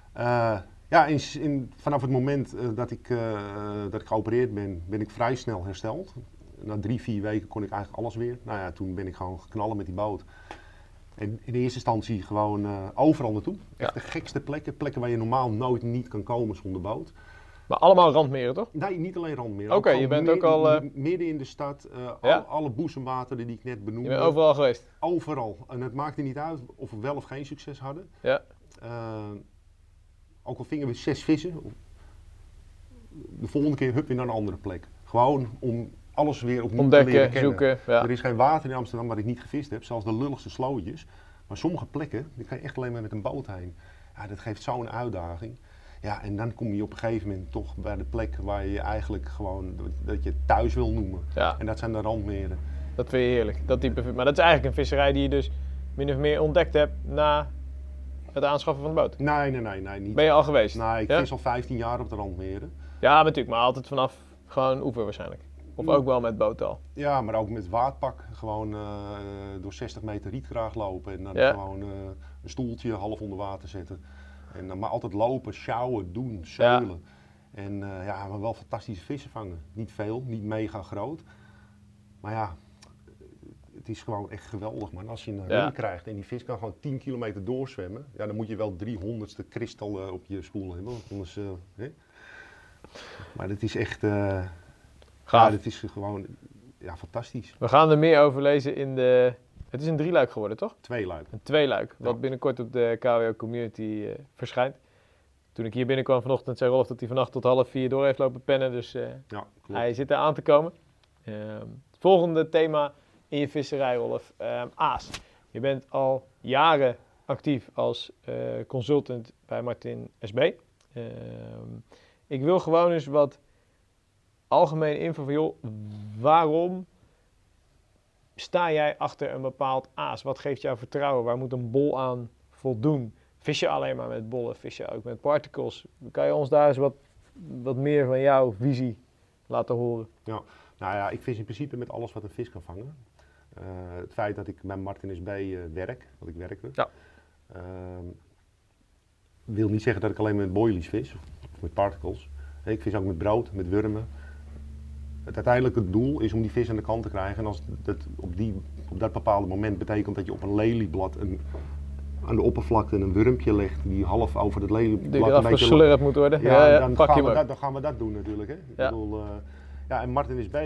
B: Vanaf het moment dat ik geopereerd ben ik vrij snel hersteld. Na 3-4 weken kon ik eigenlijk alles weer. Nou ja, toen ben ik gewoon geknallen met die boot. En in de eerste instantie gewoon overal naartoe. Echt de gekste plekken waar je normaal nooit niet kan komen zonder boot.
C: Maar allemaal Randmeren, toch?
B: Nee, niet alleen Randmeren.
C: Oké, je bent ook al...
B: Midden in de stad, alle boezemwateren die ik net benoemde.
C: Je bent overal geweest?
B: Overal. En het maakte niet uit of we wel of geen succes hadden.
C: Ja.
B: Ook al vingen we 6 vissen, de volgende keer hup weer naar een andere plek. Gewoon om alles weer opnieuw
C: ontdekken,
B: te leren kennen.
C: zoeken. Ja.
B: Er is geen water in Amsterdam waar ik niet gevist heb, zelfs de lulligste slootjes. Maar sommige plekken, daar kan je echt alleen maar met een boot heen. Ja, dat geeft zo'n uitdaging. Ja, en dan kom je op een gegeven moment toch bij de plek waar je eigenlijk gewoon, dat je thuis wil noemen.
C: Ja.
B: En dat zijn de randmeren.
C: Dat vind je heerlijk. Dat type, maar dat is eigenlijk een visserij die je dus min of meer ontdekt hebt na het aanschaffen van de boot.
B: Nee, niet.
C: Ben je al geweest?
B: Nee, ik
C: Ja?
B: vis al 15 jaar op de randmeren.
C: Ja, natuurlijk, maar altijd vanaf gewoon oever waarschijnlijk. Of ook wel met boot al.
B: Ja, maar ook met waardpak. Gewoon door 60 meter rietkraag lopen en dan
C: Ja.
B: gewoon een stoeltje half onder water zetten. En dan maar altijd lopen, sjouwen, doen, zeulen. En maar wel fantastische vissen vangen. Niet veel, niet mega groot. Maar ja, het is gewoon echt geweldig, man. Als je een ring krijgt en die vis kan gewoon 10 kilometer doorzwemmen, ja, dan moet je wel 300ste kristal op je spoel hebben. Want anders, Maar dat is echt...
C: Gaaf.
B: Ja, dat is gewoon fantastisch.
C: We gaan er meer over lezen in de... Het is een 3-luik geworden, toch?
B: 2-luik.
C: Een 2-luik, wat
B: Ja.
C: binnenkort op de KWO Community verschijnt. Toen ik hier binnenkwam vanochtend, zei Rolf dat hij vannacht tot 3:30 door heeft lopen pennen. Dus
B: Ja, klopt.
C: hij zit er aan te komen. Het volgende thema in je visserij, Rolf. Aas. Je bent al jaren actief als consultant bij Martin SB. Ik wil gewoon eens wat algemene info van, joh, waarom sta jij achter een bepaald aas? Wat geeft jou vertrouwen? Waar moet een bol aan voldoen? Vis je alleen maar met bollen? Vis je ook met particles? Kan je ons daar eens wat meer van jouw visie laten horen?
B: Ja. Nou ja, ik vis in principe met alles wat een vis kan vangen. Het feit dat ik bij Martin SB werk, want ik werkte, wil niet zeggen dat ik alleen met boilies vis, of met particles. Ik vis ook met brood, met wurmen. Het uiteindelijke doel is om die vis aan de kant te krijgen. En als dat op dat bepaalde moment betekent dat je op een lelieblad aan de oppervlakte een wurmpje legt die half over het lelieblad
C: Die eraf geslurpt moet worden?
B: dan
C: pak je hem ook.
B: dan gaan we dat doen natuurlijk. Hè. Ik bedoel, en Martin SB,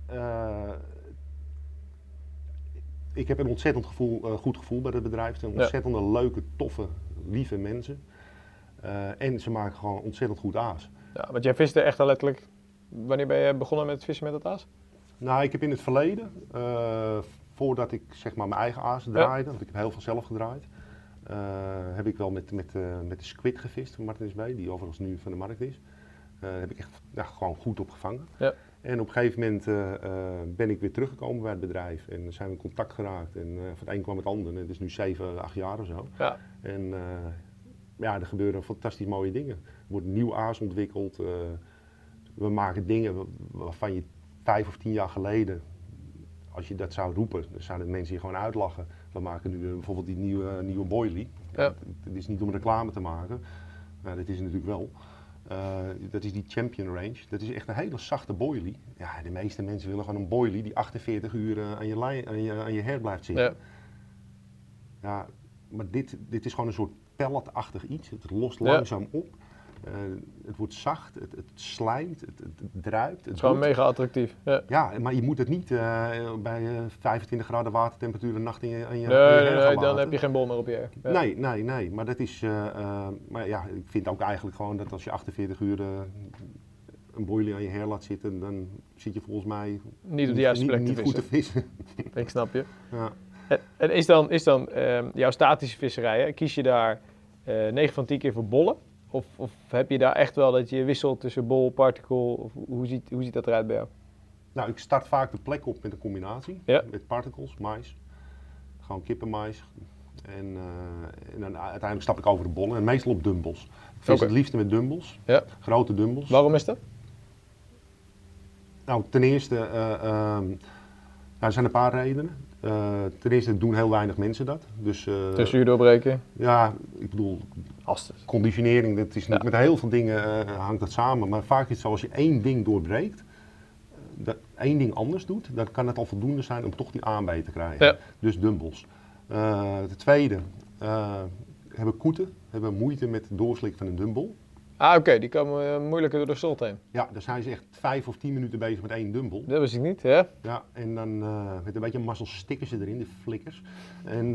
B: ik heb een ontzettend goed gevoel bij het bedrijf. Het zijn ontzettende leuke, toffe, lieve mensen. En ze maken gewoon ontzettend goed aas.
C: Ja, want jij viste echt al letterlijk... Wanneer ben je begonnen met het vissen met het aas?
B: Nou, ik heb in het verleden, voordat ik zeg maar mijn eigen aas draaide, want ik heb heel veel zelf gedraaid, heb ik wel met de squid gevist van Martin SB, die overigens nu van de markt is. Heb ik echt gewoon goed opgevangen. Ja. En op een gegeven moment ben ik weer teruggekomen bij het bedrijf en zijn we in contact geraakt. En van het een kwam het ander. En het is nu 7, 8 jaar of zo. Ja. En er gebeuren fantastisch mooie dingen. Er wordt nieuw aas ontwikkeld. We maken dingen waarvan je 5 of 10 jaar geleden, als je dat zou roepen, dan zouden mensen je gewoon uitlachen. We maken nu bijvoorbeeld die nieuwe boilie. Ja. Het is niet om reclame te maken, maar dat is het natuurlijk wel. Dat is die Champion Range. Dat is echt een hele zachte boilie. Ja, de meeste mensen willen gewoon een boilie die 48 uur aan je her blijft zitten. Ja, maar dit is gewoon een soort pelletachtig iets. Het lost langzaam op. Het wordt zacht, het slijmt, het druipt. Het
C: is gewoon mega attractief.
B: Ja, maar je moet het niet bij 25 graden watertemperatuur een nacht aan je
C: Nee, dan heb je geen bol meer op je
B: her. Nee, maar dat is... maar ja, ik vind ook eigenlijk gewoon dat als je 48 uur een boilie aan je her laat zitten, dan zit je volgens mij
C: niet op de juiste plek
B: niet goed te vissen.
C: Ik snap je. Ja. En is dan jouw statische visserij, hè? Kies je daar 9 van 10 keer voor bollen? Of heb je daar echt wel dat je wisselt tussen bol, particle? Of hoe ziet dat eruit bij jou?
B: Nou, ik start vaak de plek op met een combinatie. Ja. Met particles, mais. Gewoon kippenmais. En dan uiteindelijk stap ik over de bollen. En meestal op dumbbells. Ik vis het liefste met dumbbells. Ja. Grote dumbbells.
C: Waarom is dat?
B: Nou, ten eerste, er zijn een paar redenen. Ten eerste doen heel weinig mensen dat. Dus,
C: tussenuur doorbreken?
B: Ja, ik bedoel, conditionering, dat is niet, met heel veel dingen hangt dat samen. Maar vaak is het zo, als je één ding doorbreekt, één ding anders doet, dan kan het al voldoende zijn om toch die aanbij te krijgen. Ja. Dus dumbbells. Ten tweede, hebben koeten moeite met het doorslikken van een dumbbell.
C: Oké, die komen moeilijker door de salt heen.
B: Ja, dan zijn ze echt 5 of 10 minuten bezig met één dumbbell.
C: Dat wist ik niet, hè?
B: Ja, en dan met een beetje mazzel stikken ze erin, de flikkers. En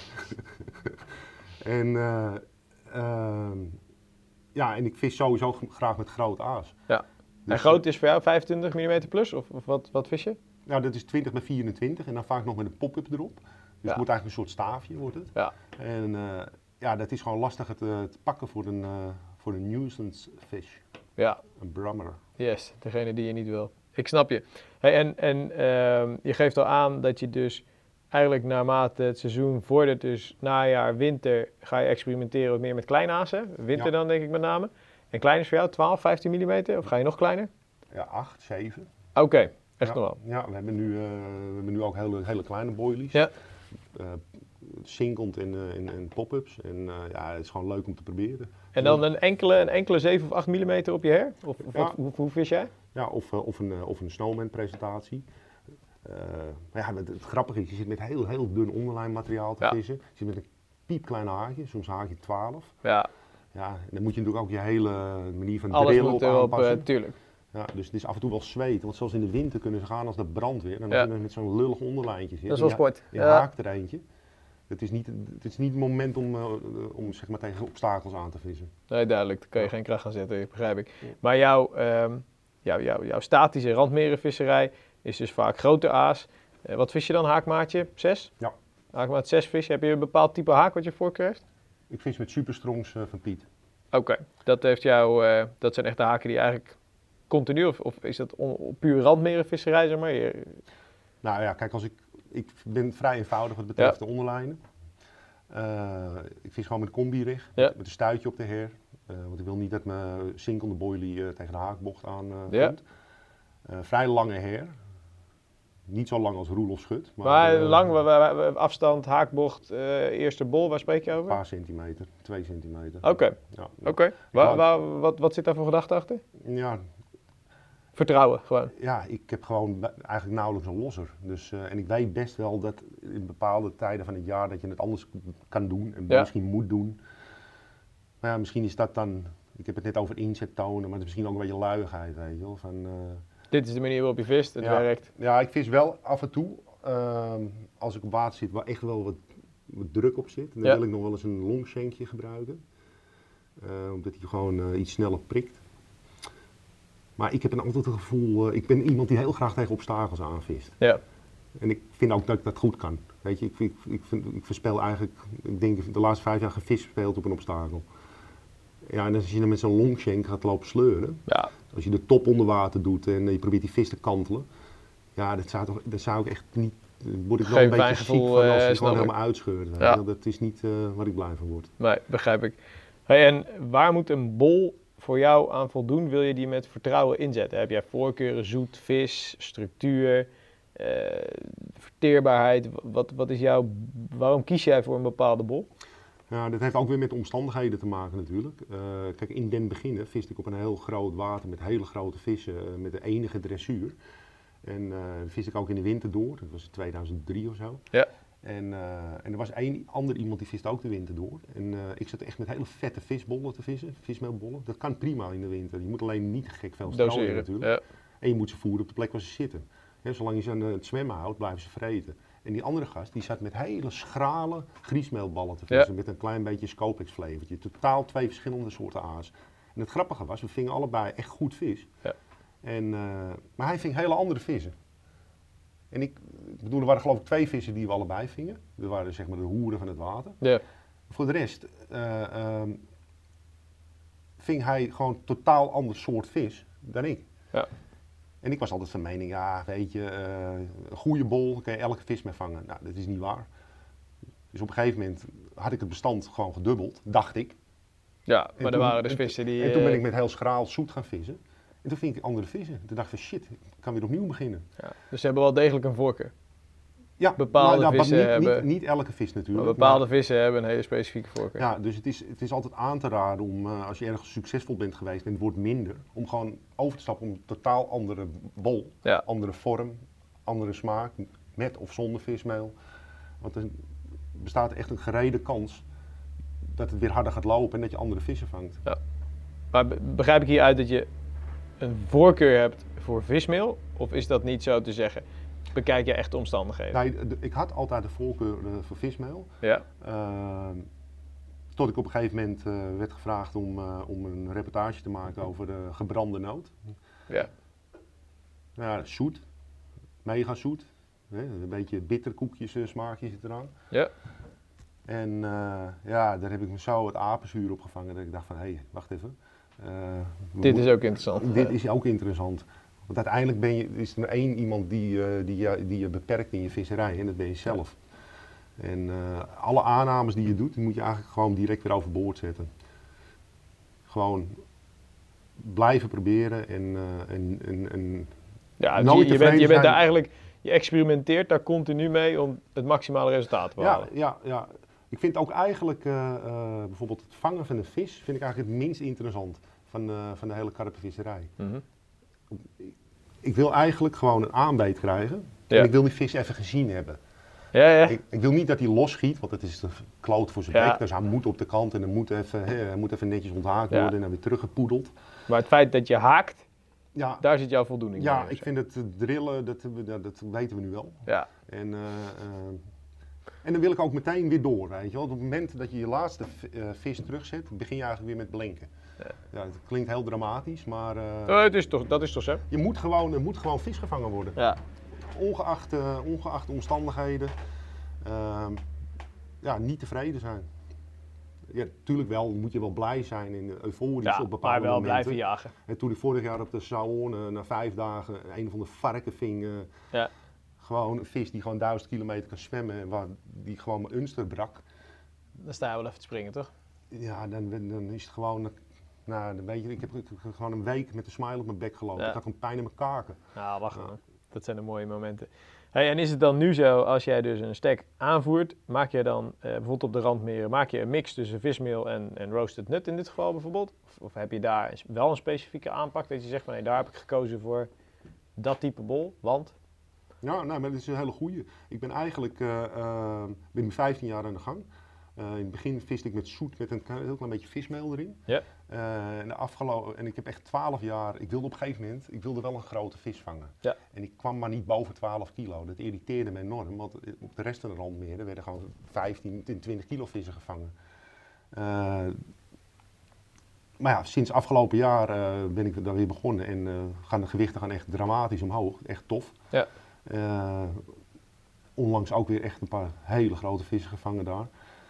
B: en ik vis sowieso graag met groot aas. Ja.
C: Dus, en groot is voor jou 25 mm plus? Of wat vis je?
B: Nou, dat is 20 bij 24 en dan vaak nog met een pop-up erop. Dus het wordt eigenlijk een soort staafje, wordt het. Ja. En dat is gewoon lastig te pakken voor voor een nuisance fish.
C: Ja,
B: Een brummer.
C: yes, degene die je niet wil. Ik snap je. Hey, en je geeft al aan dat je dus eigenlijk naarmate het seizoen vordert, dus najaar, winter, ga je experimenteren wat meer met kleinazen. Winter dan denk ik met name. En klein is voor jou 12, 15 mm of ga je nog kleiner?
B: Ja, 8, 7.
C: Oké, echt nog wel.
B: Ja, we hebben nu ook hele kleine boilies.
C: Ja.
B: Singled en pop-ups. En ja, het is gewoon leuk om te proberen.
C: En dan een enkele 7 of 8 mm op je her? Of
B: Ja.
C: hoe vis jij?
B: Ja, of een snowman presentatie. Maar ja, het grappige is, je zit met heel dun onderlijnmateriaal te vissen. Je zit met een piepklein haakje, soms haakje 12.
C: Ja.
B: Ja, en dan moet je natuurlijk ook je hele manier van
C: Alles
B: drillen
C: moet
B: op
C: erop,
B: aanpassen.
C: tuurlijk.
B: Ja, dus het is af en toe wel zweten, want zelfs in de winter kunnen ze gaan als de brandweer. En als je met zo'n lullig onderlijntje zit.
C: Dat is wel sport.
B: Je haakt er eentje. Het is niet het moment om zeg maar tegen obstakels aan te vissen.
C: Nee, duidelijk. Daar kan je geen kracht aan zetten, begrijp ik. Maar jouw statische randmerenvisserij is dus vaak grote aas. Wat vis je dan? Haakmaatje 6?
B: Ja.
C: Haakmaat 6 vis. Heb je een bepaald type haak wat je voorkeur heeft?
B: Ik vis met superstrongs van Piet.
C: Oké. Dat heeft dat zijn echt de haken die eigenlijk continu, of is dat puur randmerenvisserij, zeg maar?
B: Nou ja, kijk, ik ben vrij eenvoudig wat betreft de onderlijnen. Ik vis gewoon met een combi-rig, met een stuitje op de her. Want ik wil niet dat mijn sinkende boilie tegen de haakbocht aan komt. Vrij lange her. Niet zo lang als Roelof Schut.
C: Maar lang, afstand, haakbocht, eerste bol, waar spreek je over?
B: Een paar centimeter, 2 centimeter.
C: Oké.
B: Ja.
C: Oké. Wat zit daar voor gedachte achter?
B: Ja.
C: Vertrouwen, gewoon.
B: Ja, ik heb gewoon eigenlijk nauwelijks een losser. Dus, en ik weet best wel dat in bepaalde tijden van het jaar dat je het anders kan doen en misschien moet doen. Maar ja, misschien is dat dan, ik heb het net over inzettonen, maar het is misschien ook een beetje luiigheid, weet je wel.
C: Dit is de manier waarop je vist, het werkt.
B: Ja, ik vis wel af en toe, als ik op water zit, waar echt wel wat druk op zit. En dan wil ik nog wel eens een longshankje gebruiken. Omdat hij gewoon iets sneller prikt. Maar ik heb altijd het gevoel, ik ben iemand die heel graag tegen obstakels aanvist. Ja. En ik vind ook dat ik dat goed kan. Weet je, ik voorspel eigenlijk, ik denk de laatste 5 jaar gevist speelt op een obstakel. Ja, en als je dan met zo'n longshank gaat lopen sleuren, als je de top onder water doet en je probeert die vis te kantelen, ja, dat zou ik echt niet, word ik wel een beetje ziek van als je gewoon helemaal uitscheurt. Ja. Dat is niet waar ik blij van word.
C: Nee, begrijp ik. Hey, en waar moet een bol voor jou aan voldoen? Wil je die met vertrouwen inzetten? Heb jij voorkeuren, zoet, vis, structuur, verteerbaarheid? Wat is waarom kies jij voor een bepaalde bol?
B: Ja, dat heeft ook weer met de omstandigheden te maken natuurlijk. Kijk, in den beginnen viste ik op een heel groot water met hele grote vissen met de enige dressuur. En viste ik ook in de winter door, dat was in 2003 of zo. Ja. En er was iemand die viste ook de winter door. En ik zat echt met hele vette visbollen te vissen, vismeelbollen. Dat kan prima in de winter. Je moet alleen niet gek veel strooien natuurlijk. Ja. En je moet ze voeren op de plek waar ze zitten. Ja, zolang je ze aan het zwemmen houdt, blijven ze vreten. En die andere gast, die zat met hele schrale griesmeelballen te vissen. Met een klein beetje Scopex flavortje. Totaal 2 verschillende soorten aas. En het grappige was, we vingen allebei echt goed vis. Ja. Maar hij ving hele andere vissen. En ik bedoel, er waren geloof ik 2 vissen die we allebei vingen. Dat waren zeg maar de hoeren van het water. Ja. Voor de rest ving hij gewoon totaal ander soort vis dan ik. Ja. En ik was altijd van mening, ja weet je, een goede bol kan je elke vis mee vangen. Nou, dat is niet waar. Dus op een gegeven moment had ik het bestand gewoon gedubbeld, dacht ik.
C: Ja, maar er waren dus vissen die...
B: En toen ben ik met heel schraal zoet gaan vissen. En toen ving ik andere vissen. Toen dacht ik van shit, ik kan weer opnieuw beginnen. Ja,
C: dus ze hebben wel degelijk een voorkeur.
B: Ja,
C: bepaalde vissen hebben...
B: Niet elke vis natuurlijk.
C: Maar bepaalde vissen hebben een hele specifieke voorkeur.
B: Ja, dus het is altijd aan te raden om, als je ergens succesvol bent geweest en het wordt minder, om gewoon over te stappen op een totaal andere bol, andere vorm, andere smaak, met of zonder vismeel. Want er bestaat echt een gerede kans dat het weer harder gaat lopen en dat je andere vissen vangt. Ja.
C: Maar begrijp ik hieruit dat je een voorkeur hebt voor vismeel, of is dat niet zo te zeggen? Bekijk je echt de omstandigheden?
B: Nee, ik had altijd de voorkeur voor vismeel. Ja. Tot ik op een gegeven moment werd gevraagd om een reportage te maken over de gebrande noot. Ja. Ja, zoet. Mega zoet. Een beetje bitterkoekjes smaakje zit eraan. Ja. En ja, daar heb ik me zo het apenzuur op gevangen dat ik dacht van, hé, wacht even.
C: Dit is ook interessant.
B: Dit is ook interessant. Want uiteindelijk is er maar één iemand die je beperkt in je visserij en dat ben je zelf. En alle aannames die je doet, die moet je eigenlijk gewoon direct weer overboord zetten. Gewoon blijven proberen en
C: Ja,
B: nooit
C: je
B: tevreden
C: bent
B: zijn.
C: daar eigenlijk, je experimenteert daar continu mee om het maximale resultaat te behalen.
B: Ja. Ik vind ook eigenlijk, bijvoorbeeld het vangen van een vis, vind ik eigenlijk het minst interessant van de hele karpenvisserij.
C: Mhm.
B: Ik wil eigenlijk gewoon een aanbeet krijgen
C: Ja.
B: en ik wil die vis even gezien hebben.
C: Ja.
B: Ik wil niet dat hij losschiet, want het is de kloot voor zijn
C: Ja.
B: bek. Dus hij moet op de kant en hij moet even netjes onthaakt worden en dan weer teruggepoedeld.
C: Maar het feit dat je haakt,
B: Ja,
C: daar zit jouw voldoening
B: ja,
C: in.
B: ik vind het drillen, dat weten we nu wel.
C: Ja.
B: En dan wil ik ook meteen weer door, weet je wel. Op het moment dat je je laatste vis terugzet, begin je eigenlijk weer met blinken. Ja, het klinkt heel dramatisch, maar
C: Dat is toch zo?
B: er moet gewoon vis gevangen worden.
C: Ja.
B: Ongeacht omstandigheden. Ja, niet tevreden zijn. Ja, natuurlijk wel, moet je wel blij zijn en euforisch op bepaalde
C: maar wel
B: momenten.
C: blijven jagen.
B: En toen ik vorig jaar op de Saône na 5 dagen een of andere varken ving.
C: Ja.
B: Gewoon een vis die gewoon 1000 kilometer kan zwemmen, die gewoon mijn unster brak.
C: Dan sta je wel even te springen, toch?
B: Ja, dan is het gewoon, nou, dan weet je, ik heb gewoon een week met een smile op mijn bek gelopen.
C: Ja.
B: Ik had gewoon pijn in mijn kaken.
C: Nou, lachen man. Dat zijn de mooie momenten. Hey, en is het dan nu zo, als jij dus een stek aanvoert, maak je dan bijvoorbeeld op de randmeren, maak je een mix tussen vismeel en roasted nut in dit geval bijvoorbeeld? Of heb je daar wel een specifieke aanpak dat je zegt van, hey, daar heb ik gekozen voor dat type bol, want?
B: Ja, nou, maar dat is een hele goeie. Ik ben eigenlijk, ben nu 15 jaar aan de gang. In het begin viste ik met zoet met een heel klein beetje vismeel erin.
C: Ja.
B: En ik heb echt 12 jaar, ik wilde op een gegeven moment, wel een grote vis vangen.
C: Ja.
B: En ik kwam maar niet boven 12 kilo. Dat irriteerde me enorm, want op de rest van de randmeren werden gewoon 15 en 20 kilo vissen gevangen. Maar ja, sinds afgelopen jaar ben ik daar weer begonnen en de gewichten echt dramatisch omhoog. Echt tof.
C: Ja.
B: Onlangs ook weer echt een paar hele grote vissen gevangen daar.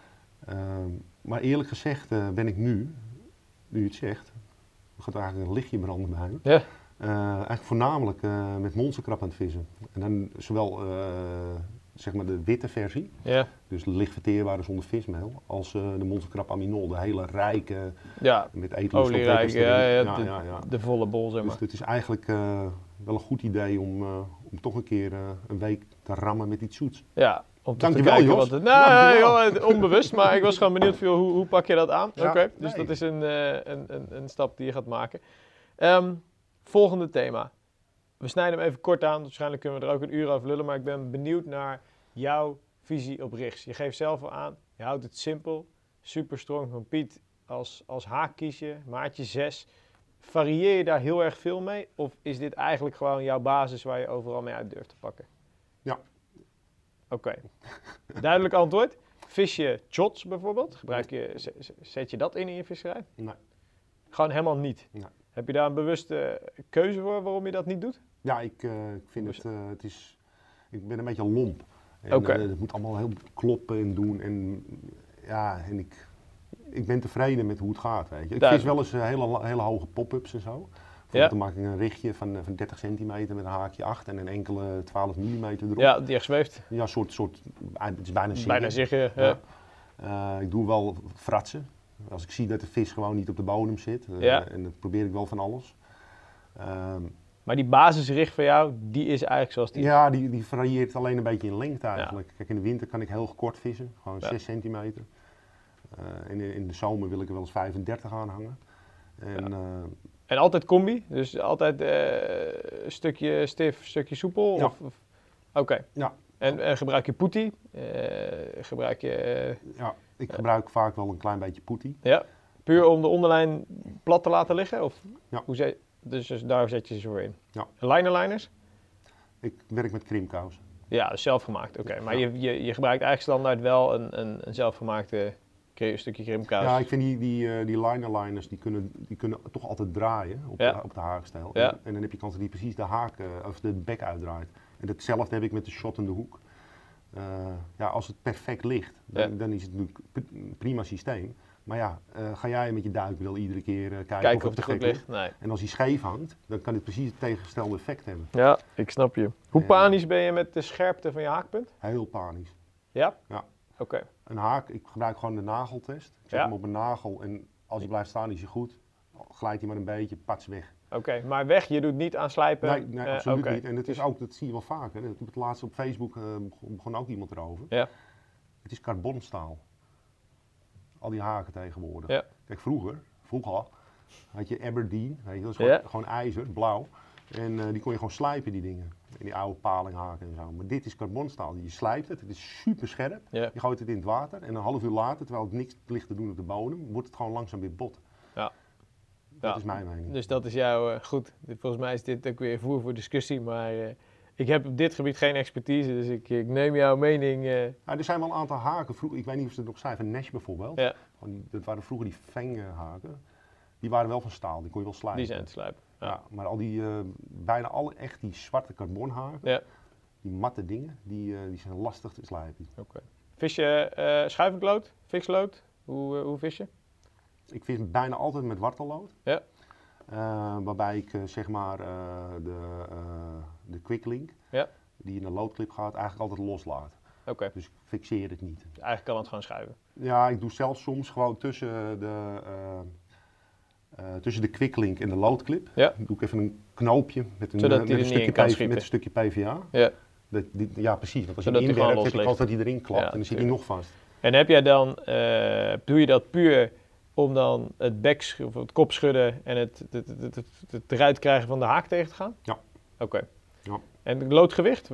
B: Maar eerlijk gezegd ben ik nu je het zegt, gaat eigenlijk een lichtje branden bij me.
C: Ja.
B: Eigenlijk voornamelijk met monsterkrab aan het vissen. En dan zowel zeg maar de witte versie,
C: Ja.
B: dus licht verteerbare zonder vismeel, als de monsterkrab aminol, de hele rijke,
C: Ja.
B: met eetloos
C: Olierijk,
B: ja.
C: de volle bol, zeg maar.
B: Dus het is eigenlijk wel een goed idee om toch een keer een week te rammen met iets zoets.
C: Ja, om te
B: Dankjewel,
C: kijken
B: Jos.
C: wat het...
B: Dankjewel.
C: Nee, joh, onbewust, maar ik was gewoon benieuwd van, hoe pak je dat aan?
B: Ja,
C: Oké, dus
B: nee.
C: dat is een stap die je gaat maken. Volgende thema. We snijden hem even kort aan, waarschijnlijk kunnen we er ook een uur over lullen, maar ik ben benieuwd naar jouw visie op rigs. Je geeft zelf al aan, je houdt het simpel, super strong van Piet als haak kies je, maatje 6. Varieer je daar heel erg veel mee? Of is dit eigenlijk gewoon jouw basis waar je overal mee uit durft te pakken?
B: Ja.
C: Oké. Duidelijk antwoord. Vis je chots bijvoorbeeld? Zet je dat in je visserij?
B: Nee.
C: Gewoon helemaal niet?
B: Nee.
C: Heb je daar een bewuste keuze voor waarom je dat niet doet?
B: Ja, ik vind ik ben een beetje lomp. En,
C: Oké.
B: het moet allemaal heel kloppen en doen. En ja, en ik ben tevreden met hoe het gaat, weet je. Ik vis wel eens hele hoge pop-ups en zo. Dan maak ik een richtje van 30 centimeter met een haakje 8 en een enkele 12 mm erop.
C: Ja, die echt zweeft.
B: Ja, soort, het is bijna zingen.
C: Bijna zeggen. Ja.
B: Ik doe wel fratsen. Als ik zie dat de vis gewoon niet op de bodem zit. En dan probeer ik wel van alles.
C: Maar die basisricht van jou, die is eigenlijk zoals die is?
B: Ja, die varieert alleen een beetje in lengte eigenlijk. Ja. Kijk, in de winter kan ik heel kort vissen. Gewoon 6 centimeter. In de zomer wil ik er wel eens 35 aan hangen.
C: En altijd combi? Dus altijd een stukje stif, stukje soepel?
B: Ja.
C: Oké.
B: Ja.
C: En gebruik je poetie? Gebruik je...
B: Ja, ik gebruik vaak wel een klein beetje poetie.
C: Ja. Puur om de onderlijn plat te laten liggen? Of
B: ja.
C: Dus daar zet je ze voor in?
B: Ja.
C: Linerliners?
B: Ik werk met kriemkous.
C: Ja, dus zelfgemaakt. Oké. Maar je gebruikt eigenlijk standaard wel een zelfgemaakte stukje kriemkous.
B: Ja, ik vind die linerliners, die kunnen toch altijd draaien op de haakstijl.
C: Ja.
B: En dan heb je kans dat die precies de haak of de bek uitdraait. En hetzelfde heb ik met de shot in de hoek. Als het perfect ligt, dan is het natuurlijk een prima systeem. Maar ja, ga jij met je duikbril iedere keer kijken of het goed ligt?
C: Nee.
B: En als hij scheef hangt, dan kan het precies het tegengestelde effect hebben.
C: Ja, ik snap je. Hoe panisch ben je met de scherpte van je haakpunt?
B: Heel panisch.
C: Ja?
B: Ja.
C: Oké.
B: Een haak, ik gebruik gewoon de nageltest. Ik zet hem op mijn nagel en als hij blijft staan is hij goed. Glijdt hij maar een beetje, pats weg.
C: Oké, maar weg, je doet niet aan slijpen?
B: Nee, absoluut niet. En het is ook, dat zie je wel vaker. Ik heb het laatst op Facebook, begon ook iemand erover.
C: Ja.
B: Het is carbonstaal. Al die haken tegenwoordig.
C: Ja.
B: Kijk, vroeger had je Aberdeen, weet je, dat is gewoon ijzer, blauw. En die kon je gewoon slijpen, die dingen. En die oude palinghaken en zo. Maar dit is carbonstaal. Je slijpt het is super scherp. Ja. Je gooit het in het water en een half uur later, terwijl het niks ligt te doen op de bodem, wordt het gewoon langzaam weer bot.
C: Ja.
B: Dat is mijn mening.
C: Dus dat is jouw, goed, volgens mij is dit ook weer voer voor discussie, maar ik heb op dit gebied geen expertise, dus ik neem jouw mening.
B: Er zijn wel een aantal haken, vroeger, ik weet niet of ze het nog zijn, van Nash bijvoorbeeld.
C: Ja.
B: Dat waren vroeger die Feng-haken. Die waren wel van staal, die kon je wel slijpen.
C: Die zijn te slijpen. Ja.
B: Maar al die, bijna alle echt die zwarte carbonhaken, die matte dingen, die zijn lastig te slijpen.
C: Oké. Vis je schuivend lood, fixlood? Hoe vis je?
B: Ik vis bijna altijd met wartellood.
C: Ja.
B: Waarbij ik zeg maar de quicklink, die in een loodclip gaat, eigenlijk altijd loslaat.
C: Oké.
B: Dus ik fixeer het niet.
C: Dus eigenlijk kan het gewoon schuiven?
B: Ja, ik doe zelfs soms gewoon tussen de quicklink en de loodclip. Ja. Doe ik even een knoopje met een stukje PVA. Ja. Ja, precies. Want als je hem inwerkt, heb je kans dat hij erin klapt en dan zit hij nog vast.
C: En heb jij dan, doe je dat puur om dan het kopschudden en het eruit krijgen van de haak tegen te gaan?
B: Ja.
C: Oké.
B: Ja.
C: En het loodgewicht,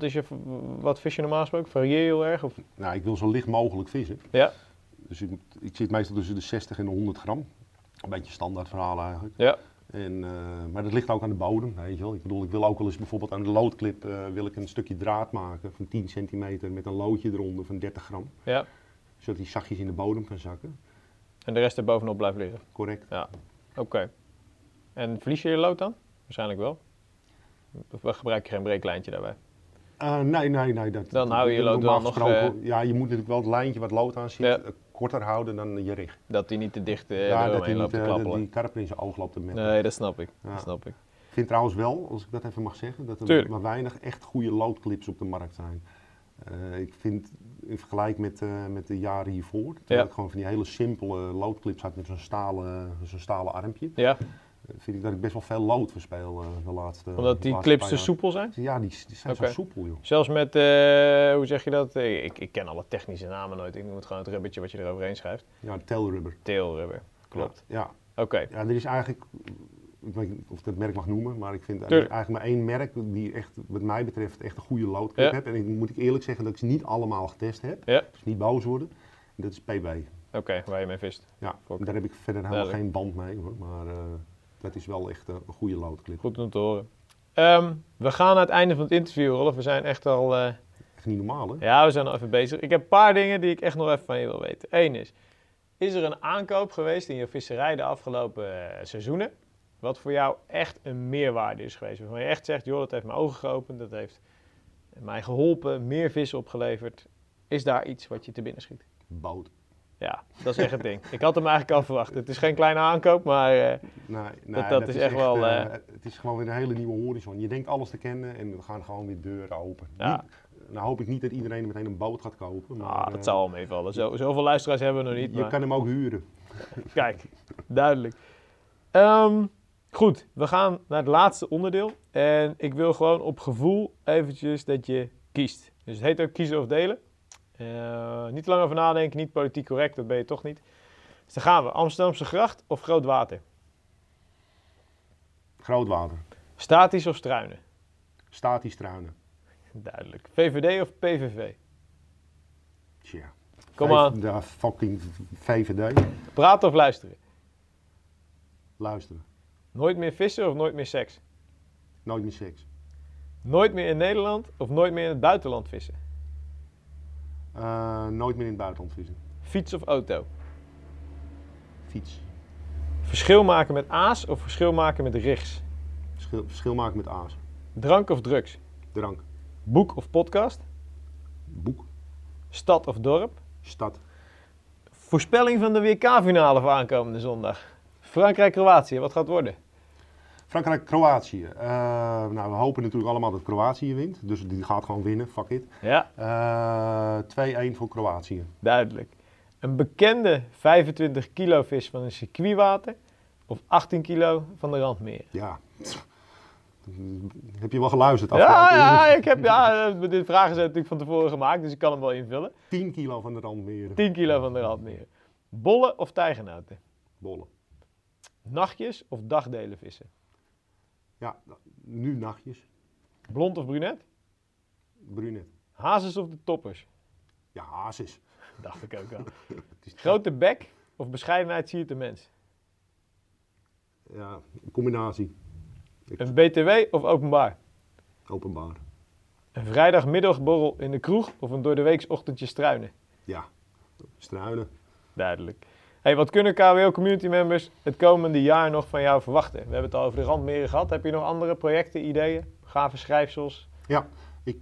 C: wat vis je normaal gesproken? Varieer je heel erg? Of?
B: Nou, ik wil zo licht mogelijk vissen.
C: Ja.
B: Dus ik zit meestal tussen de 60 en de 100 gram. Een beetje standaard verhaal eigenlijk.
C: Ja.
B: Maar dat ligt ook aan de bodem, weet je wel. Ik bedoel, ik wil ook wel eens bijvoorbeeld aan de loodclip wil ik een stukje draad maken van 10 centimeter met een loodje eronder van 30 gram. Ja. Zodat die zachtjes in de bodem kan zakken. En
C: de rest er bovenop blijft liggen?
B: Correct.
C: Ja. Oké. En verlies je je lood dan? Waarschijnlijk wel. Of gebruik je geen breeklijntje daarbij?
B: Nee.
C: Dan hou je je lood wel nog...
B: Ja, je moet natuurlijk wel het lijntje wat lood aan zit korter houden dan je rig.
C: Dat die niet te dicht eromheen loopt te klapperen.
B: Die karper in zijn oog loopt te meppen.
C: Nee, dat snap ik.
B: Ja.
C: Dat snap ik.
B: Ik vind trouwens wel, als ik dat even mag zeggen, dat er maar weinig echt goede loodclips op de markt zijn. Ik vind, in vergelijking met de jaren hiervoor, dat ik gewoon van die hele simpele loodclips had met zo'n stalen armpje. Ja. Vind ik dat ik best wel veel lood verspeel de laatste.
C: Omdat die clips te soepel zijn?
B: Ja, die zijn zo soepel, joh.
C: Zelfs met, hoe zeg je dat? Ik ken alle technische namen nooit. Ik moet gewoon het rubbertje wat je eroverheen schrijft.
B: Ja, tailrubber.
C: Tailrubber, klopt.
B: Ja.
C: Oké.
B: Ja, er is eigenlijk, ik weet niet of ik dat merk mag noemen, maar ik vind er is eigenlijk maar één merk die echt, wat mij betreft, echt een goede loodclip heeft. En ik moet eerlijk zeggen dat ik ze niet allemaal getest heb. Ja. Dus niet boos worden. En dat is PB.
C: Oké, waar je mee vist.
B: Ja, daar heb ik verder helemaal geen band mee, hoor. Maar dat is wel echt een goede loodclip.
C: Goed om te horen. We gaan naar het einde van het interview, Rolf. We zijn echt al...
B: Echt niet normaal, hè?
C: Ja, we zijn al even bezig. Ik heb een paar dingen die ik echt nog even van je wil weten. Eén is er een aankoop geweest in je visserij de afgelopen seizoenen, wat voor jou echt een meerwaarde is geweest? Waarvan je echt zegt, joh, dat heeft mijn ogen geopend, dat heeft mij geholpen, meer vissen opgeleverd. Is daar iets wat je te binnen schiet?
B: Boot.
C: Ja, dat is echt het ding. Ik had hem eigenlijk al verwacht. Het is geen kleine aankoop, maar dat is echt wel...
B: Het is gewoon weer een hele nieuwe horizon. Je denkt alles te kennen en er gaan gewoon weer deuren open. Ja. Nou hoop ik niet dat iedereen meteen een boot gaat kopen. Maar,
C: dat zal wel meevallen. Zoveel luisteraars hebben we nog niet.
B: Je kan hem ook huren.
C: Kijk, duidelijk. Goed, we gaan naar het laatste onderdeel. En ik wil gewoon op gevoel eventjes dat je kiest. Dus het heet ook kiezen of delen. Niet te lang over nadenken, niet politiek correct, dat ben je toch niet. Dus dan gaan we. Amsterdamse gracht of groot water?
B: Groot water.
C: Statisch of struinen?
B: Statisch struinen.
C: Duidelijk. VVD of PVV?
B: Tja.
C: Kom aan.
B: De fucking VVD.
C: Praten of luisteren?
B: Luisteren.
C: Nooit meer vissen of nooit meer seks?
B: Nooit meer seks.
C: Nooit meer in Nederland of nooit meer in het buitenland vissen?
B: Nooit meer in het buitenland vissen.
C: Fiets of auto?
B: Fiets.
C: Verschil maken met aas of verschil maken met rigs?
B: Verschil maken met aas.
C: Drank of drugs?
B: Drank.
C: Boek of podcast?
B: Boek.
C: Stad of dorp?
B: Stad.
C: Voorspelling van de WK-finale voor aankomende zondag. Frankrijk-Kroatië, wat gaat het worden?
B: Frankrijk-Kroatië. We hopen natuurlijk allemaal dat Kroatië wint. Dus die gaat gewoon winnen, fuck it.
C: Ja.
B: 2-1 voor Kroatië.
C: Duidelijk. Een bekende 25 kilo vis van een circuitwater of 18 kilo van de randmeren?
B: Ja. Heb je wel geluisterd?
C: Dit vragen zijn natuurlijk van tevoren gemaakt, dus ik kan hem wel invullen.
B: 10 kilo van de randmeren.
C: 10 kilo van de randmeren. Bollen of tijgernoten?
B: Bollen.
C: Nachtjes of dagdelen vissen?
B: Ja, nu nachtjes.
C: Blond of brunet?
B: Brunet.
C: Hazes of de toppers?
B: Ja, hazes.
C: Dacht ik ook wel. Grote bek of bescheidenheid siert de mens?
B: Ja, een combinatie.
C: Een BTW of openbaar?
B: Openbaar.
C: Een vrijdagmiddagborrel in de kroeg of een doordeweeks ochtendje struinen?
B: Ja, struinen.
C: Duidelijk. Hey, wat kunnen KWO community members het komende jaar nog van jou verwachten? We hebben het al over de randmeren gehad. Heb je nog andere projecten, ideeën, gave schrijfsels?
B: Ja, ik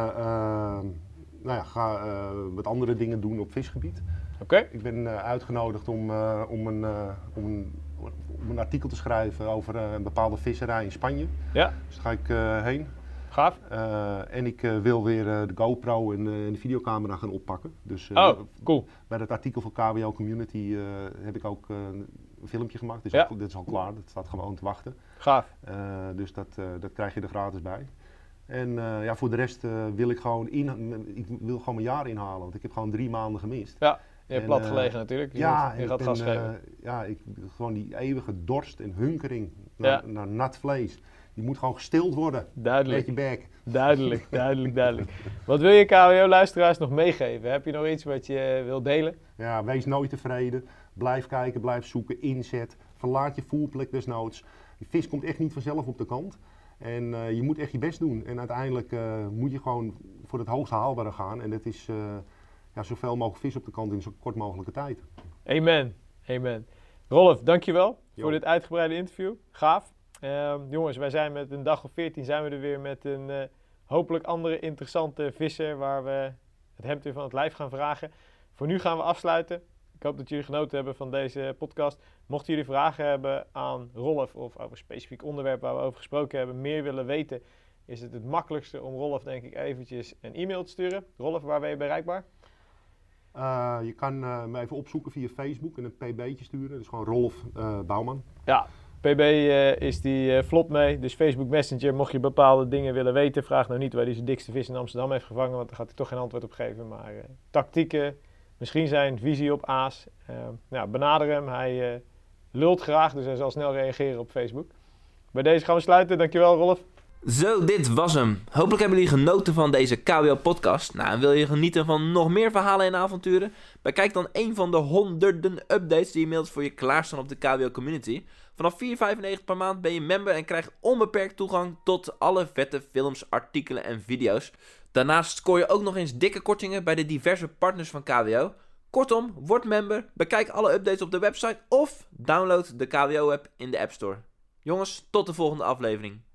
B: ga wat andere dingen doen op visgebied.
C: Oké.
B: Ik ben uitgenodigd om een artikel te schrijven over een bepaalde visserij in Spanje.
C: Ja.
B: Dus daar ga ik heen.
C: Gaaf.
B: En ik wil weer de GoPro en de videocamera gaan oppakken. Dus
C: cool.
B: bij dat artikel van KWO Community heb ik ook een filmpje gemaakt. Dus
C: Ja.
B: dit is al klaar, dat staat gewoon te wachten.
C: Gaaf.
B: Dus dat krijg je er gratis bij. En voor de rest wil ik gewoon mijn jaar inhalen, want ik heb gewoon 3 maanden gemist.
C: Ja, je hebt plat gelegen natuurlijk. Je gaat gas geven.
B: Gewoon die eeuwige dorst en hunkering naar nat vlees. Die moet gewoon gestild worden.
C: Duidelijk.
B: Met je bek.
C: Duidelijk. Wat wil je KWO-luisteraars nog meegeven? Heb je nog iets wat je wil delen?
B: Ja, wees nooit tevreden. Blijf kijken, blijf zoeken, inzet. Verlaat je voerplek desnoods. Die vis komt echt niet vanzelf op de kant. En je moet echt je best doen. En uiteindelijk moet je gewoon voor het hoogst haalbare gaan. En dat is zoveel mogelijk vis op de kant in zo kort mogelijke tijd.
C: Amen. Rolf, dankjewel voor dit uitgebreide interview. Gaaf. Jongens, wij zijn met een dag of 14 zijn we er weer met een hopelijk andere interessante visser waar we het hemd weer van het lijf gaan vragen. Voor nu gaan we afsluiten. Ik hoop dat jullie genoten hebben van deze podcast. Mochten jullie vragen hebben aan Rolf of over een specifiek onderwerp waar we over gesproken hebben, meer willen weten, is het makkelijkste om Rolf denk ik eventjes een e-mail te sturen. Rolf, waar ben je bereikbaar?
B: Je kan me even opzoeken via Facebook en een pb'tje sturen. Dus gewoon Rolf Bouwman.
C: Ja, PB is die vlot mee. Dus Facebook Messenger, mocht je bepaalde dingen willen weten, vraag nou niet waar hij zijn dikste vis in Amsterdam heeft gevangen, want daar gaat hij toch geen antwoord op geven. Maar tactieken, misschien zijn visie op aas. Benader hem, hij lult graag, dus hij zal snel reageren op Facebook. Bij deze gaan we sluiten. Dankjewel Rolf.
A: Zo, dit was hem. Hopelijk hebben jullie genoten van deze KWO-podcast. Nou, en wil je genieten van nog meer verhalen en avonturen? Bekijk dan een van de honderden updates die inmiddels voor je klaarstaan op de KWO-community. Vanaf $4,95 per maand ben je member en krijgt onbeperkt toegang tot alle vette films, artikelen en video's. Daarnaast scoor je ook nog eens dikke kortingen bij de diverse partners van KWO. Kortom, word member, bekijk alle updates op de website of download de KWO-app in de App Store. Jongens, tot de volgende aflevering.